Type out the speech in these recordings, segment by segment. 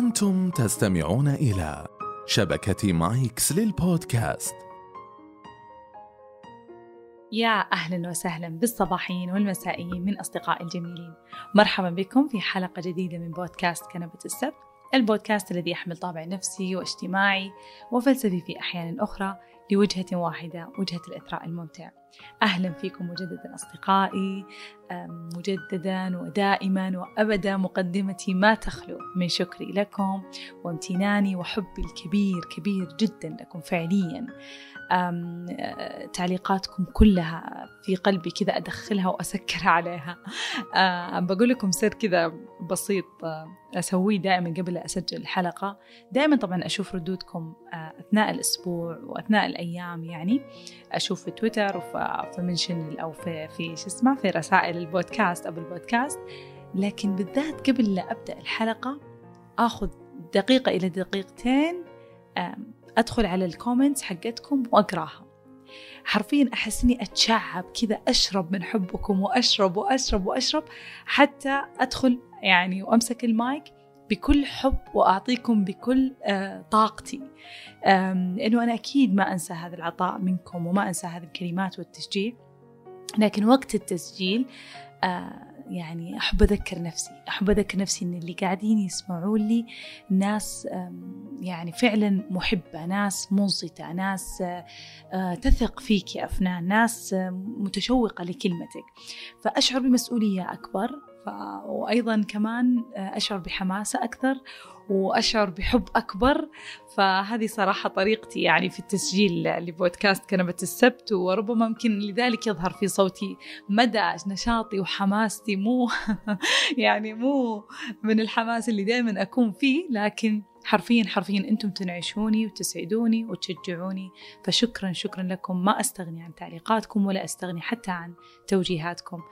أنتم تستمعون إلى شبكة مايكس للبودكاست. يا أهلا وسهلا بالصباحيين والمسائيين من أصدقائي الجميلين. مرحبا بكم في حلقة جديدة من بودكاست كنبة السبت، البودكاست الذي يحمل طابع نفسي واجتماعي وفلسفي في أحيان أخرى لوجهة واحدة، وجهة الإثراء الممتع. أهلا فيكم مجددا أصدقائي، مجددا ودائما وأبدا. مقدمتي ما تخلو من شكري لكم وامتناني وحبي الكبير كبير جدا لكم فعليا. تعليقاتكم كلها في قلبي كذا أدخلها وأسكر عليها. بقول لكم سر كذا بسيط أسويه دائما قبل أسجل الحلقة. دائما طبعا أشوف ردودكم أثناء الأسبوع وأثناء الأيام، يعني أشوف في تويتر وفي منشن أو في رسائل البودكاست أو البودكاست، لكن بالذات قبل لا أبدأ الحلقة أخذ دقيقة إلى دقيقتين أدخل على الكومنتس حقتكم وأقراها. حرفيا أحس إني أتشعب كذا، أشرب من حبكم وأشرب حتى أدخل يعني وأمسك المايك بكل حب وأعطيكم بكل طاقتي، لأنه أنا أكيد ما أنسى هذا العطاء منكم وما أنسى هذه الكلمات والتشجيع. لكن وقت التسجيل يعني أحب أذكر نفسي إن اللي قاعدين يسمعون لي ناس يعني فعلا محبة، ناس منصتة، ناس تثق فيك يا أفنان، ناس متشوقة لكلمتك، فأشعر بمسؤولية أكبر، وأيضا كمان أشعر بحماسة أكثر وأشعر بحب أكبر. فهذه صراحة طريقتي يعني في التسجيل لبودكاست كنبة السبت، وربما ممكن لذلك يظهر في صوتي مدى نشاطي وحماستي مو يعني مو من الحماس اللي دائما أكون فيه، لكن حرفيا أنتم تنعشوني وتسعدوني وتشجعوني. فشكرا لكم، ما أستغني عن تعليقاتكم ولا أستغني حتى عن توجيهاتكم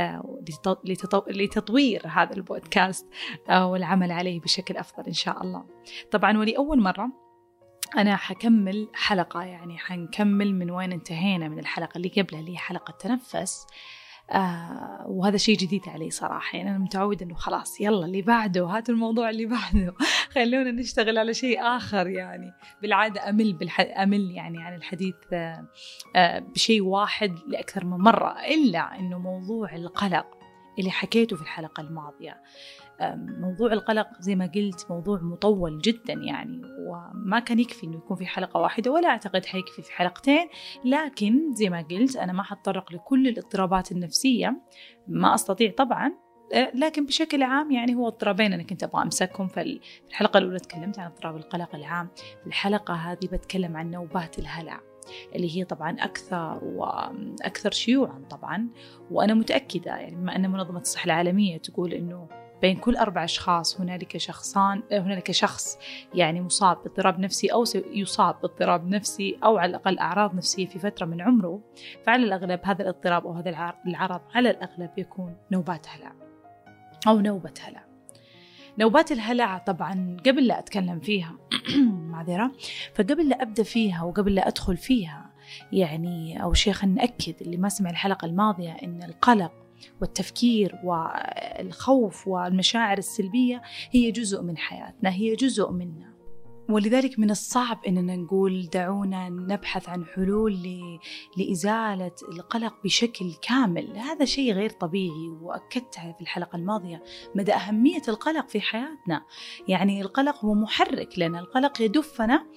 لتطوير هذا البودكاست والعمل عليه بشكل أفضل إن شاء الله. طبعا ولأول مرة أنا حكمل حلقة، يعني حنكمل من وين انتهينا من الحلقة اللي قبلها، اللي هي حلقة تنفس. وهذا شيء جديد علي صراحة، يعني أنا متعودة أنه خلاص يلا اللي بعده، هات الموضوع اللي بعده، خلونا نشتغل على شيء آخر. يعني بالعادة أمل يعني عن الحديث بشيء واحد لأكثر من مرة، إلا أنه موضوع القلق اللي حكيته في الحلقة الماضية، موضوع القلق زي ما قلت موضوع مطول جدا يعني، وما كان يكفي إنه يكون في حلقة واحدة، ولا أعتقد حيكفي في حلقتين. لكن زي ما قلت أنا ما حتطرق لكل الاضطرابات النفسية، ما أستطيع طبعا، لكن بشكل عام يعني هو اضطرابين أنا كنت أبغى أمسكهم. في الحلقة الأولى تكلمت عن اضطراب القلق العام، في الحلقة هذه بتكلم عن نوبات الهلع اللي هي طبعا أكثر شيوعا طبعا. وأنا متأكدة يعني بما أن منظمة الصحة العالمية تقول إنه بين كل 4 أشخاص هنالك شخص يعني مصاب باضطراب نفسي أو يصاب باضطراب نفسي أو على الأقل أعراض نفسية في فترة من عمره، فعلى الأغلب هذا الاضطراب أو هذا العرض على الأغلب يكون نوبات هلع أو نوبة هلع. نوبات الهلع طبعا قبل لا أتكلم فيها معذرة، فقبل لا أبدأ فيها وقبل لا أدخل فيها يعني أو شيء خلينا نأكد اللي ما سمع الحلقة الماضية إن القلق والتفكير والخوف والمشاعر السلبية هي جزء من حياتنا، هي جزء منا، ولذلك من الصعب إننا نقول دعونا نبحث عن حلول لإزالة القلق بشكل كامل. هذا شيء غير طبيعي، وأكدت في الحلقة الماضية مدى أهمية القلق في حياتنا. يعني القلق هو محرك لنا، القلق يدفنا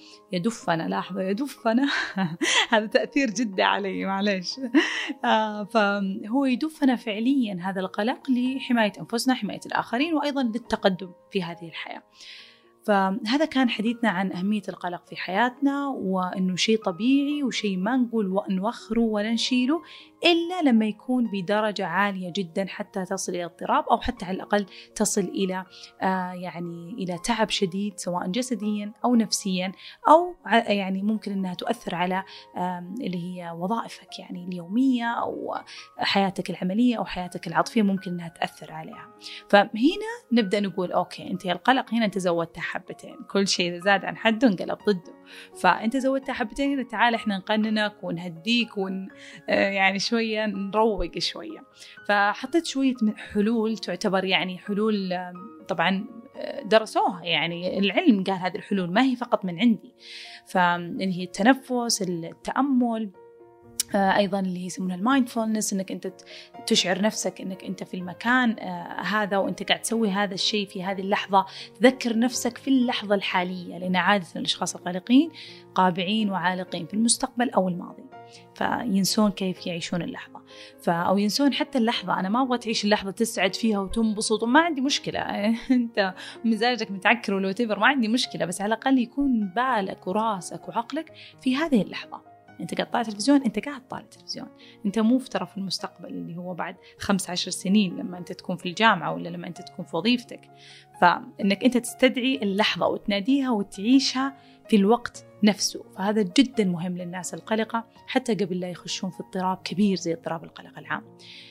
هذا تأثير جدا علي معلش. فهو يدفنا فعليا هذا القلق لحماية أنفسنا، حماية الآخرين، وأيضا للتقدم في هذه الحياة. فهذا كان حديثنا عن أهمية القلق في حياتنا، وأنه شيء طبيعي وشيء ما نقول نوخره ولا نشيله إلا لما يكون بدرجة عالية جدا حتى تصل إلى اضطراب، أو حتى على الأقل تصل إلى يعني إلى تعب شديد سواء جسديا أو نفسيا، أو يعني ممكن أنها تؤثر على اللي هي وظائفك يعني اليومية أو حياتك العملية أو حياتك العاطفية، ممكن أنها تأثر عليها. فهنا نبدأ نقول أوكي أنت القلق هنا أنت زودت حبتين، كل شيء إذا زاد عن حده انقلب ضده، فأنت زودت حبتين هنا، تعال إحنا نقننك ونهديك يعني شوية نروق شوية. فحطيت شوية من حلول تعتبر يعني حلول طبعا درسوها، يعني العلم قال هذه الحلول ما هي فقط من عندي. فإن هي التنفس، التأمل، أيضا اللي يسمونها المايندفولنس، أنك أنت تشعر نفسك أنك أنت في المكان هذا وأنت قاعد تسوي هذا الشيء في هذه اللحظة، تذكر نفسك في اللحظة الحالية، لأن عادة الأشخاص القلقين قابعين وعالقين في المستقبل أو الماضي، فينسون كيف يعيشون اللحظة، أو ينسون حتى اللحظة. أنا ما أبغى تعيش اللحظة تسعد فيها وتنبسط، وما عندي مشكلة أنت مزاجك متعكر ولا تبر، ما عندي مشكلة، بس على الأقل يكون بالك وراسك وعقلك في هذه اللحظة. أنت قاعد طالع تلفزيون، أنت قاعد طالع تلفزيون، أنت مو في طرف المستقبل اللي هو بعد 15 سنين لما أنت تكون في الجامعة ولا لما أنت تكون في وظيفتك. فإنك أنت تستدعي اللحظة وتناديها وتعيشها في الوقت نفسه، فهذا جدا مهم للناس القلقة حتى قبل لا يخشون في اضطراب كبير زي اضطراب القلق العام.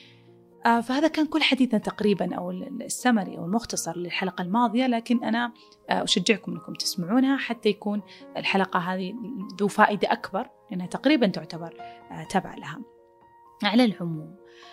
فهذا كان كل حديثنا تقريبا، أو السمري أو المختصر للحلقة الماضية، لكن أنا أشجعكم أنكم تسمعونها حتى يكون الحلقة هذه ذو فائدة أكبر، لأنها تقريبا تعتبر تبع لها. على العموم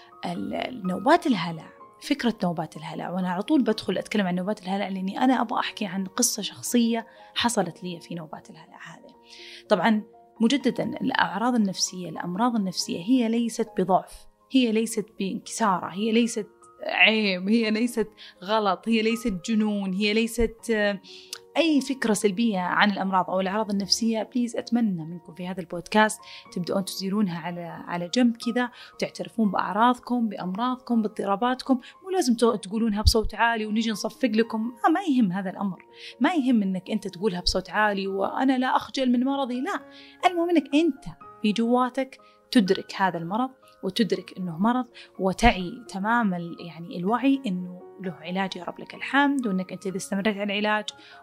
نوبات الهلع، فكرة نوبات الهلع، وأنا على طول بدخل أتكلم عن نوبات الهلع لأني أنا أبغى أحكي عن قصة شخصية حصلت لي في نوبات الهلع هذه. طبعا مجددا الأعراض النفسية، الأمراض النفسية هي ليست بضعف، هي ليست بانكسارة، هي ليست عيب، هي ليست غلط، هي ليست جنون، هي ليست أي فكرة سلبية عن الأمراض أو الأعراض النفسية. بليز أتمنى منكم في هذا البودكاست تبدأون تزيلونها على جنب كذا، وتعترفون بأعراضكم، بأمراضكم، باضطراباتكم. مو لازم تقولونها بصوت عالي ونجي نصفق لكم، ما يهم هذا الأمر، ما يهم أنك أنت تقولها بصوت عالي وأنا لا أخجل من مرضي، لا، المهم أنك أنت في جواتك تدرك هذا المرض وتدرك أنه مرض، وتعي تمام يعني الوعي أنه له علاج يا رب لك الحمد، وأنك أنت إذا استمرت على العلاج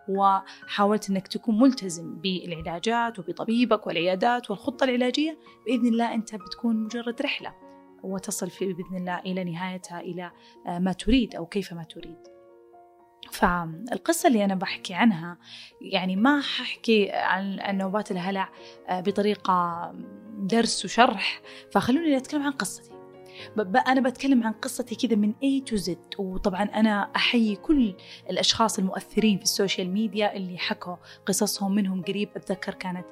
وحاولت أنك تكون ملتزم بالعلاجات وبطبيبك والعيادات والخطة العلاجية، بإذن الله أنت بتكون مجرد رحلة وتصل بإذن الله إلى نهايتها، إلى ما تريد أو كيف ما تريد. فالقصة اللي أنا بحكي عنها يعني ما ححكي عن نوبات الهلع بطريقة درس وشرح، فخلوني أتكلم عن قصتي. أنا بتكلم عن قصتي كذا من A to Z. وطبعا أنا أحيي كل الأشخاص المؤثرين في السوشيال ميديا اللي حكوا قصصهم. منهم قريب أتذكر كانت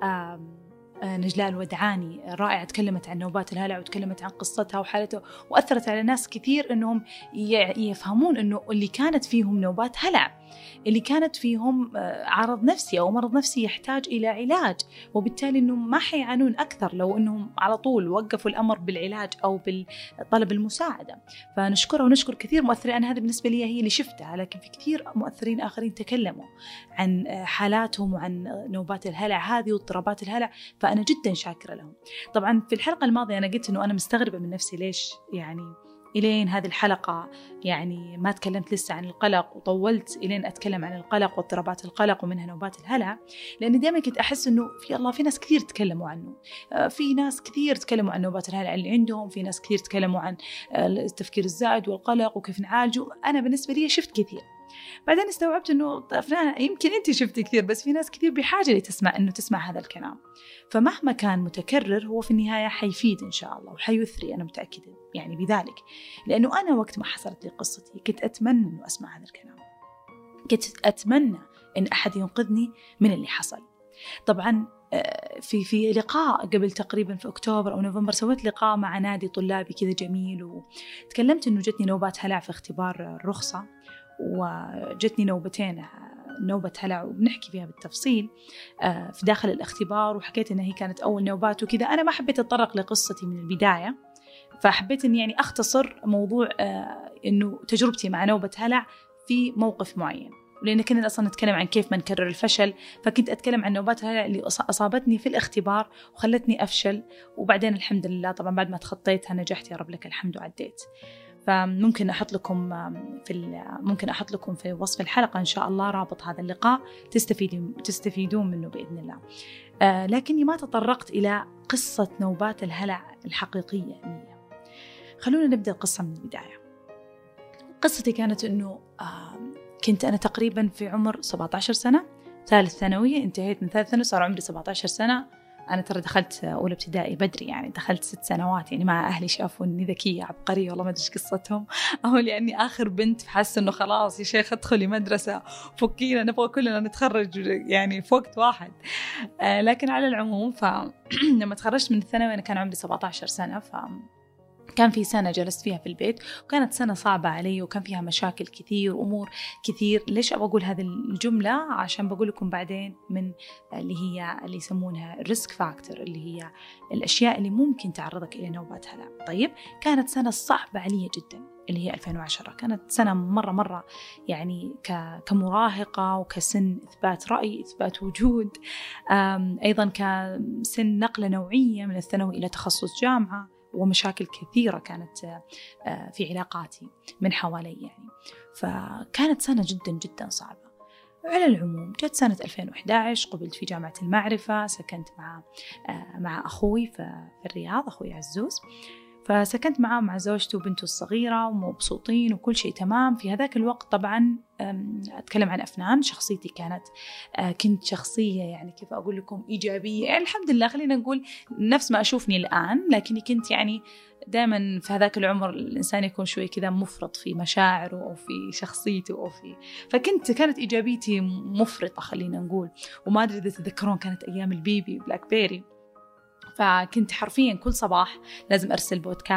نجلاء الودعاني رائعة، تكلمت عن نوبات الهلع وتكلمت عن قصتها وحالتها، وأثرت على ناس كثير أنهم يفهمون أنه اللي كانت فيهم نوبات هلع، اللي كانت فيهم عرض نفسي أو مرض نفسي يحتاج إلى علاج، وبالتالي أنهم ما حيعانون أكثر لو أنهم على طول وقفوا الأمر بالعلاج أو بالطلب المساعدة. فنشكرها ونشكر كثير مؤثرين. أنا هذا بالنسبة لي هي اللي شفتها، لكن في كثير مؤثرين آخرين تكلموا عن حالاتهم وعن نوبات الهلع هذه واضطرابات الهلع، فأنا جدا شاكرة لهم. طبعا في الحلقة الماضية أنا قلت أنه أنا مستغربة من نفسي ليش يعني إلين هذه الحلقة يعني ما تكلمت لسه عن القلق، وطولت إلين أتكلم عن القلق واضطرابات القلق ومنها نوبات الهلع، لأن دائما كنت أحس إنه في ناس كثير تكلموا عنه، في ناس كثير تكلموا عن نوبات الهلع اللي عندهم، في ناس كثير تكلموا عن التفكير الزائد والقلق وكيف نعالجه. أنا بالنسبة لي شفت كثير، بعدين استوعبت إنه يمكن أنت شفت كثير، بس في ناس كثير بحاجة تسمع هذا الكلام. فمهما كان متكرر هو في النهاية حيفيد إن شاء الله وحيثري، أنا متأكدة يعني بذلك، لأنه أنا وقت ما حصلت لي قصتي كنت أتمنى إنه أسمع هذا الكلام، كنت أتمنى إن أحد ينقذني من اللي حصل. طبعا في لقاء قبل تقريبا في أكتوبر أو نوفمبر سويت لقاء مع نادي طلابي كذا جميل، وتكلمت إنه جتني نوبات هلع في اختبار الرخصة، وجتني نوبتين نوبة هلع وبنحكي فيها بالتفصيل في داخل الاختبار، وحكيت إنها هي كانت أول نوبات وكذا. أنا ما حبيت أتطرق لقصتي من البداية، فحبيت إني يعني أختصر موضوع إنه تجربتي مع نوبة هلع في موقف معين، لأن كنا أصلا نتكلم عن كيف ما نكرر الفشل، فكنت أتكلم عن نوبات الهلع اللي أصابتني في الاختبار وخلتني أفشل، وبعدين الحمد لله طبعا بعد ما تخطيتها نجحت يا رب لك الحمد وعديت. فممكن أحط لكم في وصف الحلقة إن شاء الله رابط هذا اللقاء تستفيدون منه بإذن الله. لكني ما تطرقت إلى قصة نوبات الهلع الحقيقية. خلونا نبدأ القصة من البداية. قصتي كانت إنه كنت أنا تقريبا في عمر 17 سنة، ثالث ثانوية، انتهيت من ثالث ثانوي، صار عمري 17 سنة. أنا ترى دخلت أولى ابتدائي بدري، يعني دخلت 6 سنوات، يعني مع أهلي شافوا إني ذكية عبقرية، والله ما أدري إيش قصتهم، أو لأني آخر بنت فحسوا إنه خلاص يا شيخ ادخلي مدرسة فكينا، نبغى كلنا نتخرج يعني في وقت واحد. لكن على العموم فلما تخرجت من الثانوي أنا كان عمري 17 سنة، كان في سنة جلست فيها في البيت، وكانت سنة صعبة علي، وكان فيها مشاكل كثير وأمور كثير. ليش أبغى أقول هذه الجملة؟ عشان بقول لكم بعدين من اللي يسمونها الريسك فاكتور، اللي هي الأشياء اللي ممكن تعرضك إلى نوبات هلع. طيب كانت سنة صعبة علي جدا، اللي هي 2010. كانت سنة مرة يعني كمراهقة، وكسن إثبات رأي، إثبات وجود، أيضا كسن نقلة نوعية من الثانوي إلى تخصص جامعة، ومشاكل كثيرة كانت في علاقاتي من حوالي يعني. فكانت سنة جدا جدا صعبة. على العموم جت سنة 2011 قبلت في جامعة المعرفة، سكنت مع أخوي في الرياض، أخوي عزوز. فسكنت معاه مع زوجته وبنته الصغيرة، ومبسوطين وكل شيء تمام. في هذاك الوقت طبعا أتكلم عن أفنان، شخصيتي كنت شخصية يعني كيف أقول لكم إيجابية، يعني الحمد لله خلينا نقول نفس ما أشوفني الآن، لكني كنت يعني دائما في هذاك العمر الإنسان يكون شوي كذا مفرط في مشاعره أو في شخصيته كانت إيجابيتي مفرطة خلينا نقول. وما أدري إذا تذكرون كانت أيام البيبي بلاك بيري، فكنت حرفيا كل صباح لازم أرسل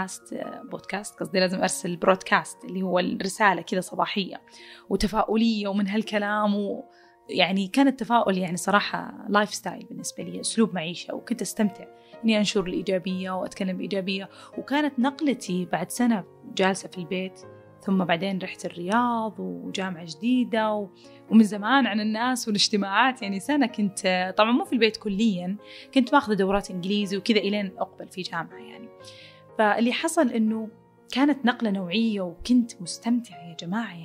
بودكاست قصدي لازم أرسل برودكاست اللي هو الرسالة كذا صباحية وتفاؤلية ومن هالكلام، يعني كان التفاؤل يعني صراحة لايف ستايل بالنسبة لي، أسلوب معيشة، وكنت أستمتع إني أنشر الإيجابية وأتكلم بإيجابية. وكانت نقلتي بعد سنة جالسة في البيت، ثم بعدين رحت الرياض وجامعة جديدة ومن زمان عن الناس والاجتماعات، يعني سنة كنت طبعا مو في البيت كليا، كنت ماخذة دورات إنجليزي وكذا إلين أقبل في جامعة يعني. فاللي حصل إنه كانت نقلة نوعية وكنت مستمتعة يا جماعة،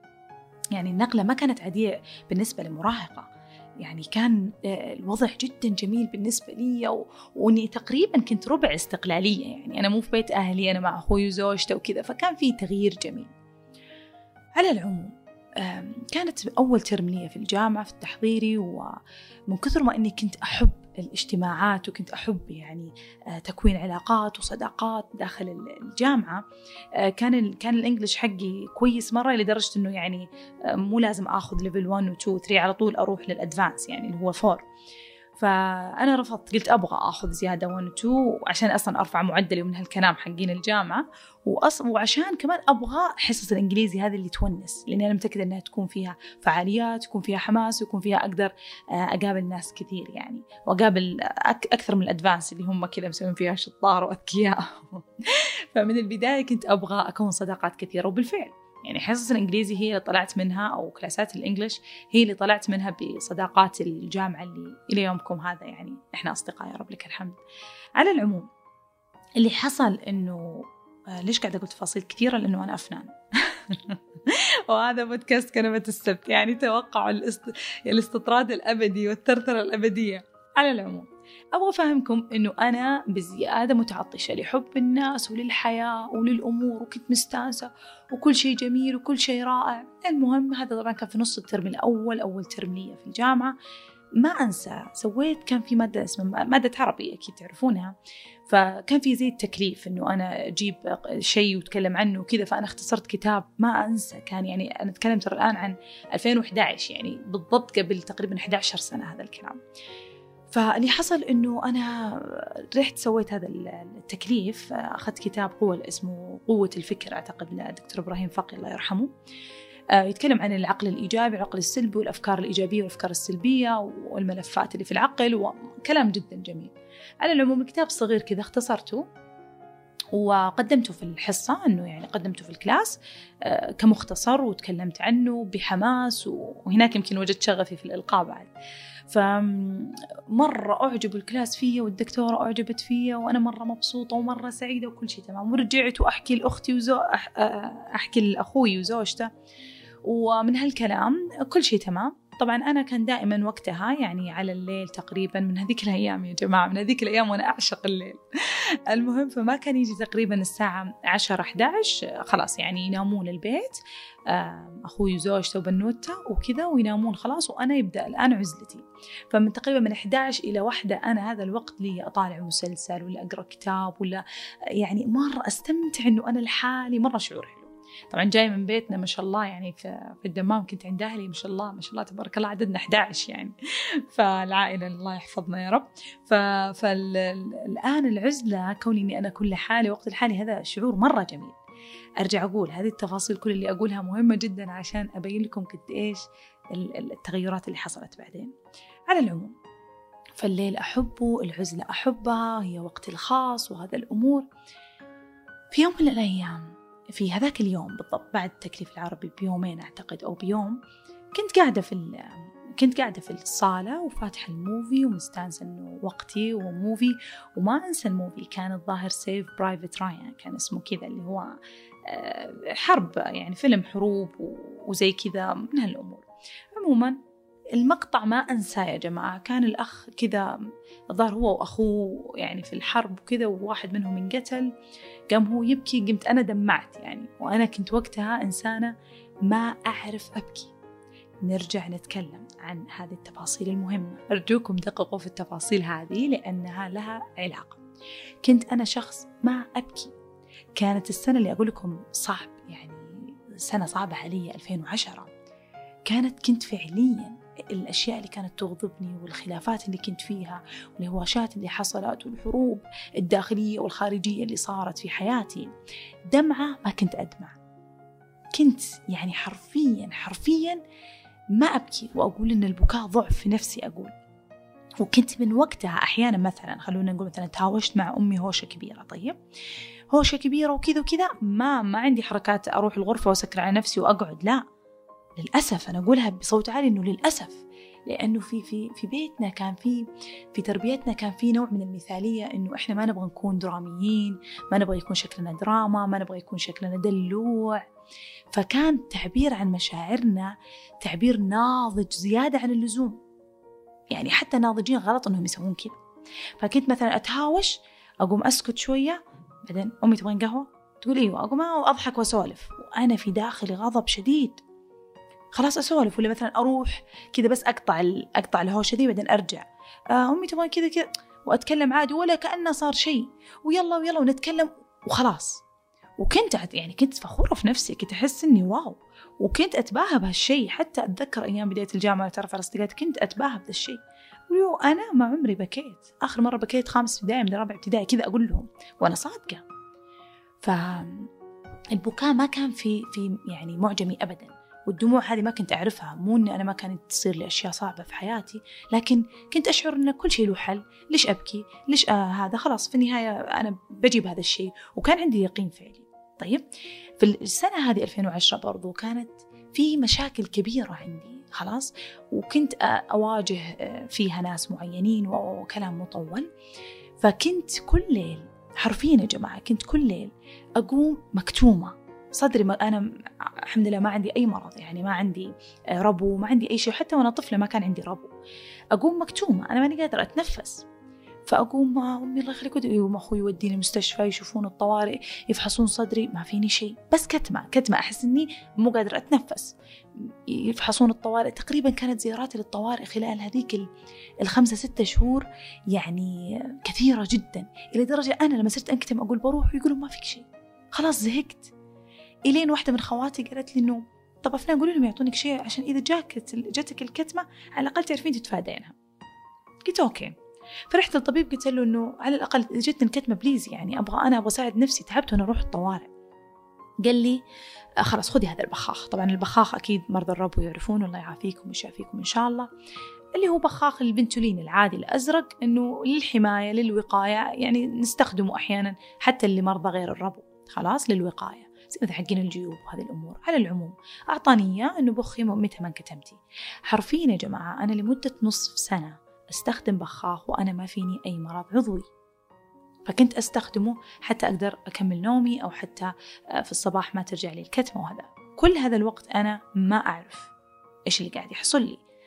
يعني النقلة ما كانت عادية بالنسبة لمراهقة، يعني كان الوضع جدا جميل بالنسبة لي، وأني تقريبا كنت ربع استقلالية، يعني أنا مو في بيت أهلي، أنا مع أخوي وزوجته وكذا، فكان في تغيير جميل. على العموم كانت أول ترم لي في الجامعة في التحضيري، ومن كثر ما أني كنت أحب الاجتماعات وكنت أحب يعني تكوين علاقات وصداقات داخل الجامعة، كان الإنجليش حقي كويس مرة، لدرجة أنه يعني مو لازم أخذ ليفل 1 و 2 و 3 على طول أروح للأدفانس يعني اللي هو 4. فأنا رفضت، قلت أبغى أخذ زيادة 1 و 2 عشان أصلا أرفع معدلي من هالكلام حقين الجامعة، وعشان كمان أبغى حصص الإنجليزي هذه اللي تونس، لأني أنا متأكدة أنها تكون فيها فعاليات، يكون فيها حماس، ويكون فيها أقدر أقابل ناس كثير يعني، وأقابل أكثر من الأدفانس اللي هم كذا مسوين فيها شطار وأذكياء. فمن البداية كنت أبغى أكون صداقات كثيرة، وبالفعل يعني حصص الإنجليزي هي اللي طلعت منها، أو كلاسات الإنجليش هي اللي طلعت منها بصداقات الجامعة اللي إلى يومكم هذا يعني إحنا أصدقاء يا رب لك الحمد. على العموم اللي حصل إنه ليش قاعدة أقول تفاصيل كثيرة؟ لأنه أنا أفنان. وهذا بودكاست كلمة السبت، يعني توقعوا الاستطراد الأبدي والثرثرة الأبدية. على العموم أبغى أفهمكم أنه أنا بزيادة متعطشة لحب الناس وللحياة وللأمور، وكنت مستانسة وكل شيء جميل وكل شيء رائع. المهم هذا طبعا كان في نص الترم الأول، أول ترم لي في الجامعة. ما أنسى كان في مادة اسمها مادة عربي، أكيد تعرفونها. فكان في زي التكليف إنه أنا أجيب شيء وأتكلم عنه وكذا، فأنا اختصرت كتاب. ما أنسى كان يعني أنا أتكلم ترى الآن عن 2011، يعني بالضبط قبل تقريبا 11 سنة هذا الكلام. فاللي حصل إنه أنا رحت سويت هذا التكليف، أخذت كتاب اسمه قوة الفكر، أعتقد لدكتور إبراهيم فقي الله يرحمه، يتكلم عن العقل الإيجابي والعقل السلبي والأفكار الإيجابية والأفكار السلبية والملفات اللي في العقل، وكلام جدا جميل. على العموم الكتاب صغير كذا اختصرته وقدمته في الحصة، إنه يعني قدمته في الكلاس كمختصر، وتكلمت عنه بحماس، وهناك يمكن وجدت شغفي في الإلقاء بعد. فمرة أعجب الكلاس فيا، والدكتورة أعجبت فيا، وأنا مرة مبسوطة ومرة سعيدة وكل شيء تمام. ورجعت وأحكي لأختي أحكي لأخوي وزوجته، ومن هالكلام كل شيء تمام. طبعا أنا كان دائما وقتها يعني على الليل تقريبا، من هذيك الأيام يا جماعة، من هذيك الأيام وأنا أعشق الليل. المهم فما كان يجي تقريبا الساعة 10-11 خلاص يعني ينامون البيت، أخوي وزوجته وبنوته وكذا وينامون خلاص، وأنا يبدأ الآن عزلتي. فمن تقريبا من 11 إلى 1 أنا هذا الوقت لي أطالع مسلسل ولا أقرأ كتاب، ولا يعني مرة أستمتع إنه أنا لحالي، مرة شعور حلو. طبعا جاي من بيتنا ما شاء الله يعني في الدمام، كنت عند أهلي ما شاء الله ما شاء الله تبارك الله عددنا 11 يعني، فالعائلة الله يحفظنا يا رب. فالآن العزلة كوني إني أنا كل حالي وقت الحالي، هذا شعور مرة جميل. أرجع أقول هذه التفاصيل كل اللي أقولها مهمة جدا عشان أبين لكم قد إيش التغيرات اللي حصلت بعدين. على العموم فالليل أحبه، العزلة أحبها، هي وقتي الخاص وهذا الأمور. في يوم من الأيام، في هذاك اليوم بالضبط بعد التكليف العربي بيومين أعتقد أو بيوم، كنت قاعدة في الصالة وفاتحة الموفي ومستانسة إنه وقتي وموفي. وما أنسى الموفي كان الظاهر سيف برايفت رايان، كان اسمه كذا، اللي هو حرب يعني فيلم حروب وزي كذا من هالأمور. عموما المقطع ما أنساه يا جماعة، كان الأخ كذا الظاهر هو وأخوه يعني في الحرب وكذا، وواحد منهم انقتل، قام هو يبكي، قمت أنا دمعت يعني، وأنا كنت وقتها إنسانة ما أعرف أبكي. نرجع نتكلم عن هذه التفاصيل المهمة، أرجوكم دققوا في التفاصيل هذه لأنها لها علاقة. كنت أنا شخص ما أبكي. كانت السنة اللي أقول لكم صعب يعني سنة صعبة علي 2010، كنت فعليا الأشياء اللي كانت تغضبني والخلافات اللي كنت فيها والهواشات اللي حصلت والحروب الداخلية والخارجية اللي صارت في حياتي، دمعة ما كنت أدمع. كنت يعني حرفيا ما أبكي، وأقول إن البكاء ضعف في نفسي أقول. وكنت من وقتها أحيانا مثلا خلونا نقول مثلا تهاوشت مع أمي هوشة كبيرة، طيب هوشة كبيرة وكذا ما عندي حركات أروح الغرفة وأسكر على نفسي وأقعد، لا للأسف أنا أقولها بصوت عالي إنه للأسف، لأنه في بيتنا كان في تربيتنا كان في نوع من المثالية، إنه إحنا ما نبغى نكون دراميين، ما نبغى يكون شكلنا دراما، ما نبغى يكون شكلنا دلوع. فكان تعبير عن مشاعرنا تعبير ناضج زيادة عن اللزوم، يعني حتى ناضجين غلط إنهم يسوون كذا. فكنت مثلا أتهاوش، أقوم أسكت شوية، بعدين أمي تبغين قهوة؟ تقول إيوه، أقوم أضحك وأسولف وأنا في داخلي غضب شديد، خلاص أسولف. ولا مثلا أروح كذا بس أقطع الهوشة دي، بعدين أرجع أمي تبغين كذا وأتكلم عادي ولا كأنه صار شيء، ويلا ونتكلم وخلاص. وكنت يعني كنت فخورة في نفسي، كنت أحس إني واو، وكنت أتباهى بهالشيء. حتى أتذكر أيام بداية الجامعة تعرف على الأصدقاء، كنت أتباهى بهذا الشيء. أنا ما عمري بكيت، آخر مرة بكيت 5 ابتدائي من 4 ابتدائي كذا أقول لهم وأنا صادقة. فالبكاء ما كان في يعني معجمي أبدا، والدموع هذه ما كنت أعرفها. مو إن أنا ما كانت تصير لي أشياء صعبة في حياتي، لكن كنت أشعر إن كل شيء له حل. ليش أبكي؟ ليش هذا خلاص في النهاية أنا بجيب هذا الشيء، وكان عندي يقين فعلي. طيب في السنة هذه 2010 برضو كانت في مشاكل كبيرة عندي خلاص، وكنت أواجه فيها ناس معينين وكلام مطول. فكنت كل ليل حرفيا يا جماعة، كنت كل ليل أقوم مكتومة صدري. أنا الحمد لله ما عندي أي مرض، يعني ما عندي ربو، ما عندي أي شيء، حتى وأنا طفلة ما كان عندي ربو. أقوم مكتومة، أنا ماني قادرة أتنفس. فأقوم أمي الله يخليك يوم أخوي يوديني المستشفى، يشوفون الطوارئ، يفحصون صدري، ما فيني شيء، بس كتمة أحس إني مو قادرة أتنفس. يفحصون الطوارئ، تقريبا كانت زياراتي للطوارئ خلال هذيك 5-6 شهور يعني كثيرة جدا، إلى درجة أنا لما صرت أنكتم أقول بروح ويقولون ما فيك شيء، خلاص زهقت. إلين واحدة من خواتي قالت لي إنه طب أفنان قولوا لهم يعطونك شيء عشان إذا جاتك الكتمة على الأقل تعرفين تتفادينها. قلت أوكي. فرحت للطبيب قلت له إنه على الأقل إذا جتني الكتمة بليز، يعني أبغى أساعد نفسي، تعبت وأنا أروح الطوارئ. قال لي خلاص خذي هذا البخاخ. طبعا البخاخ أكيد مرضى الربو يعرفون، الله يعافيكم ويشافيكم إن شاء الله، اللي هو بخاخ البنتولين العادي الأزرق، إنه للحماية للوقاية، يعني نستخدمه أحيانا حتى اللي مرضى غير الربو، خلاص للوقاية، زي حقين الجيوب وهذه الأمور. على العموم أعطاني إياه إنه بخي متى ما انكتمتي. حرفيا يا جماعة أنا لمدة نصف سنة أستخدم بخاخ وأنا ما فيني أي مرض عضوي، فكنت أستخدمه حتى أقدر أكمل نومي، أو حتى في الصباح ما ترجع لي الكتمة. وهذا كل هذا الوقت أنا ما أعرف إيش اللي قاعد يحصل لي،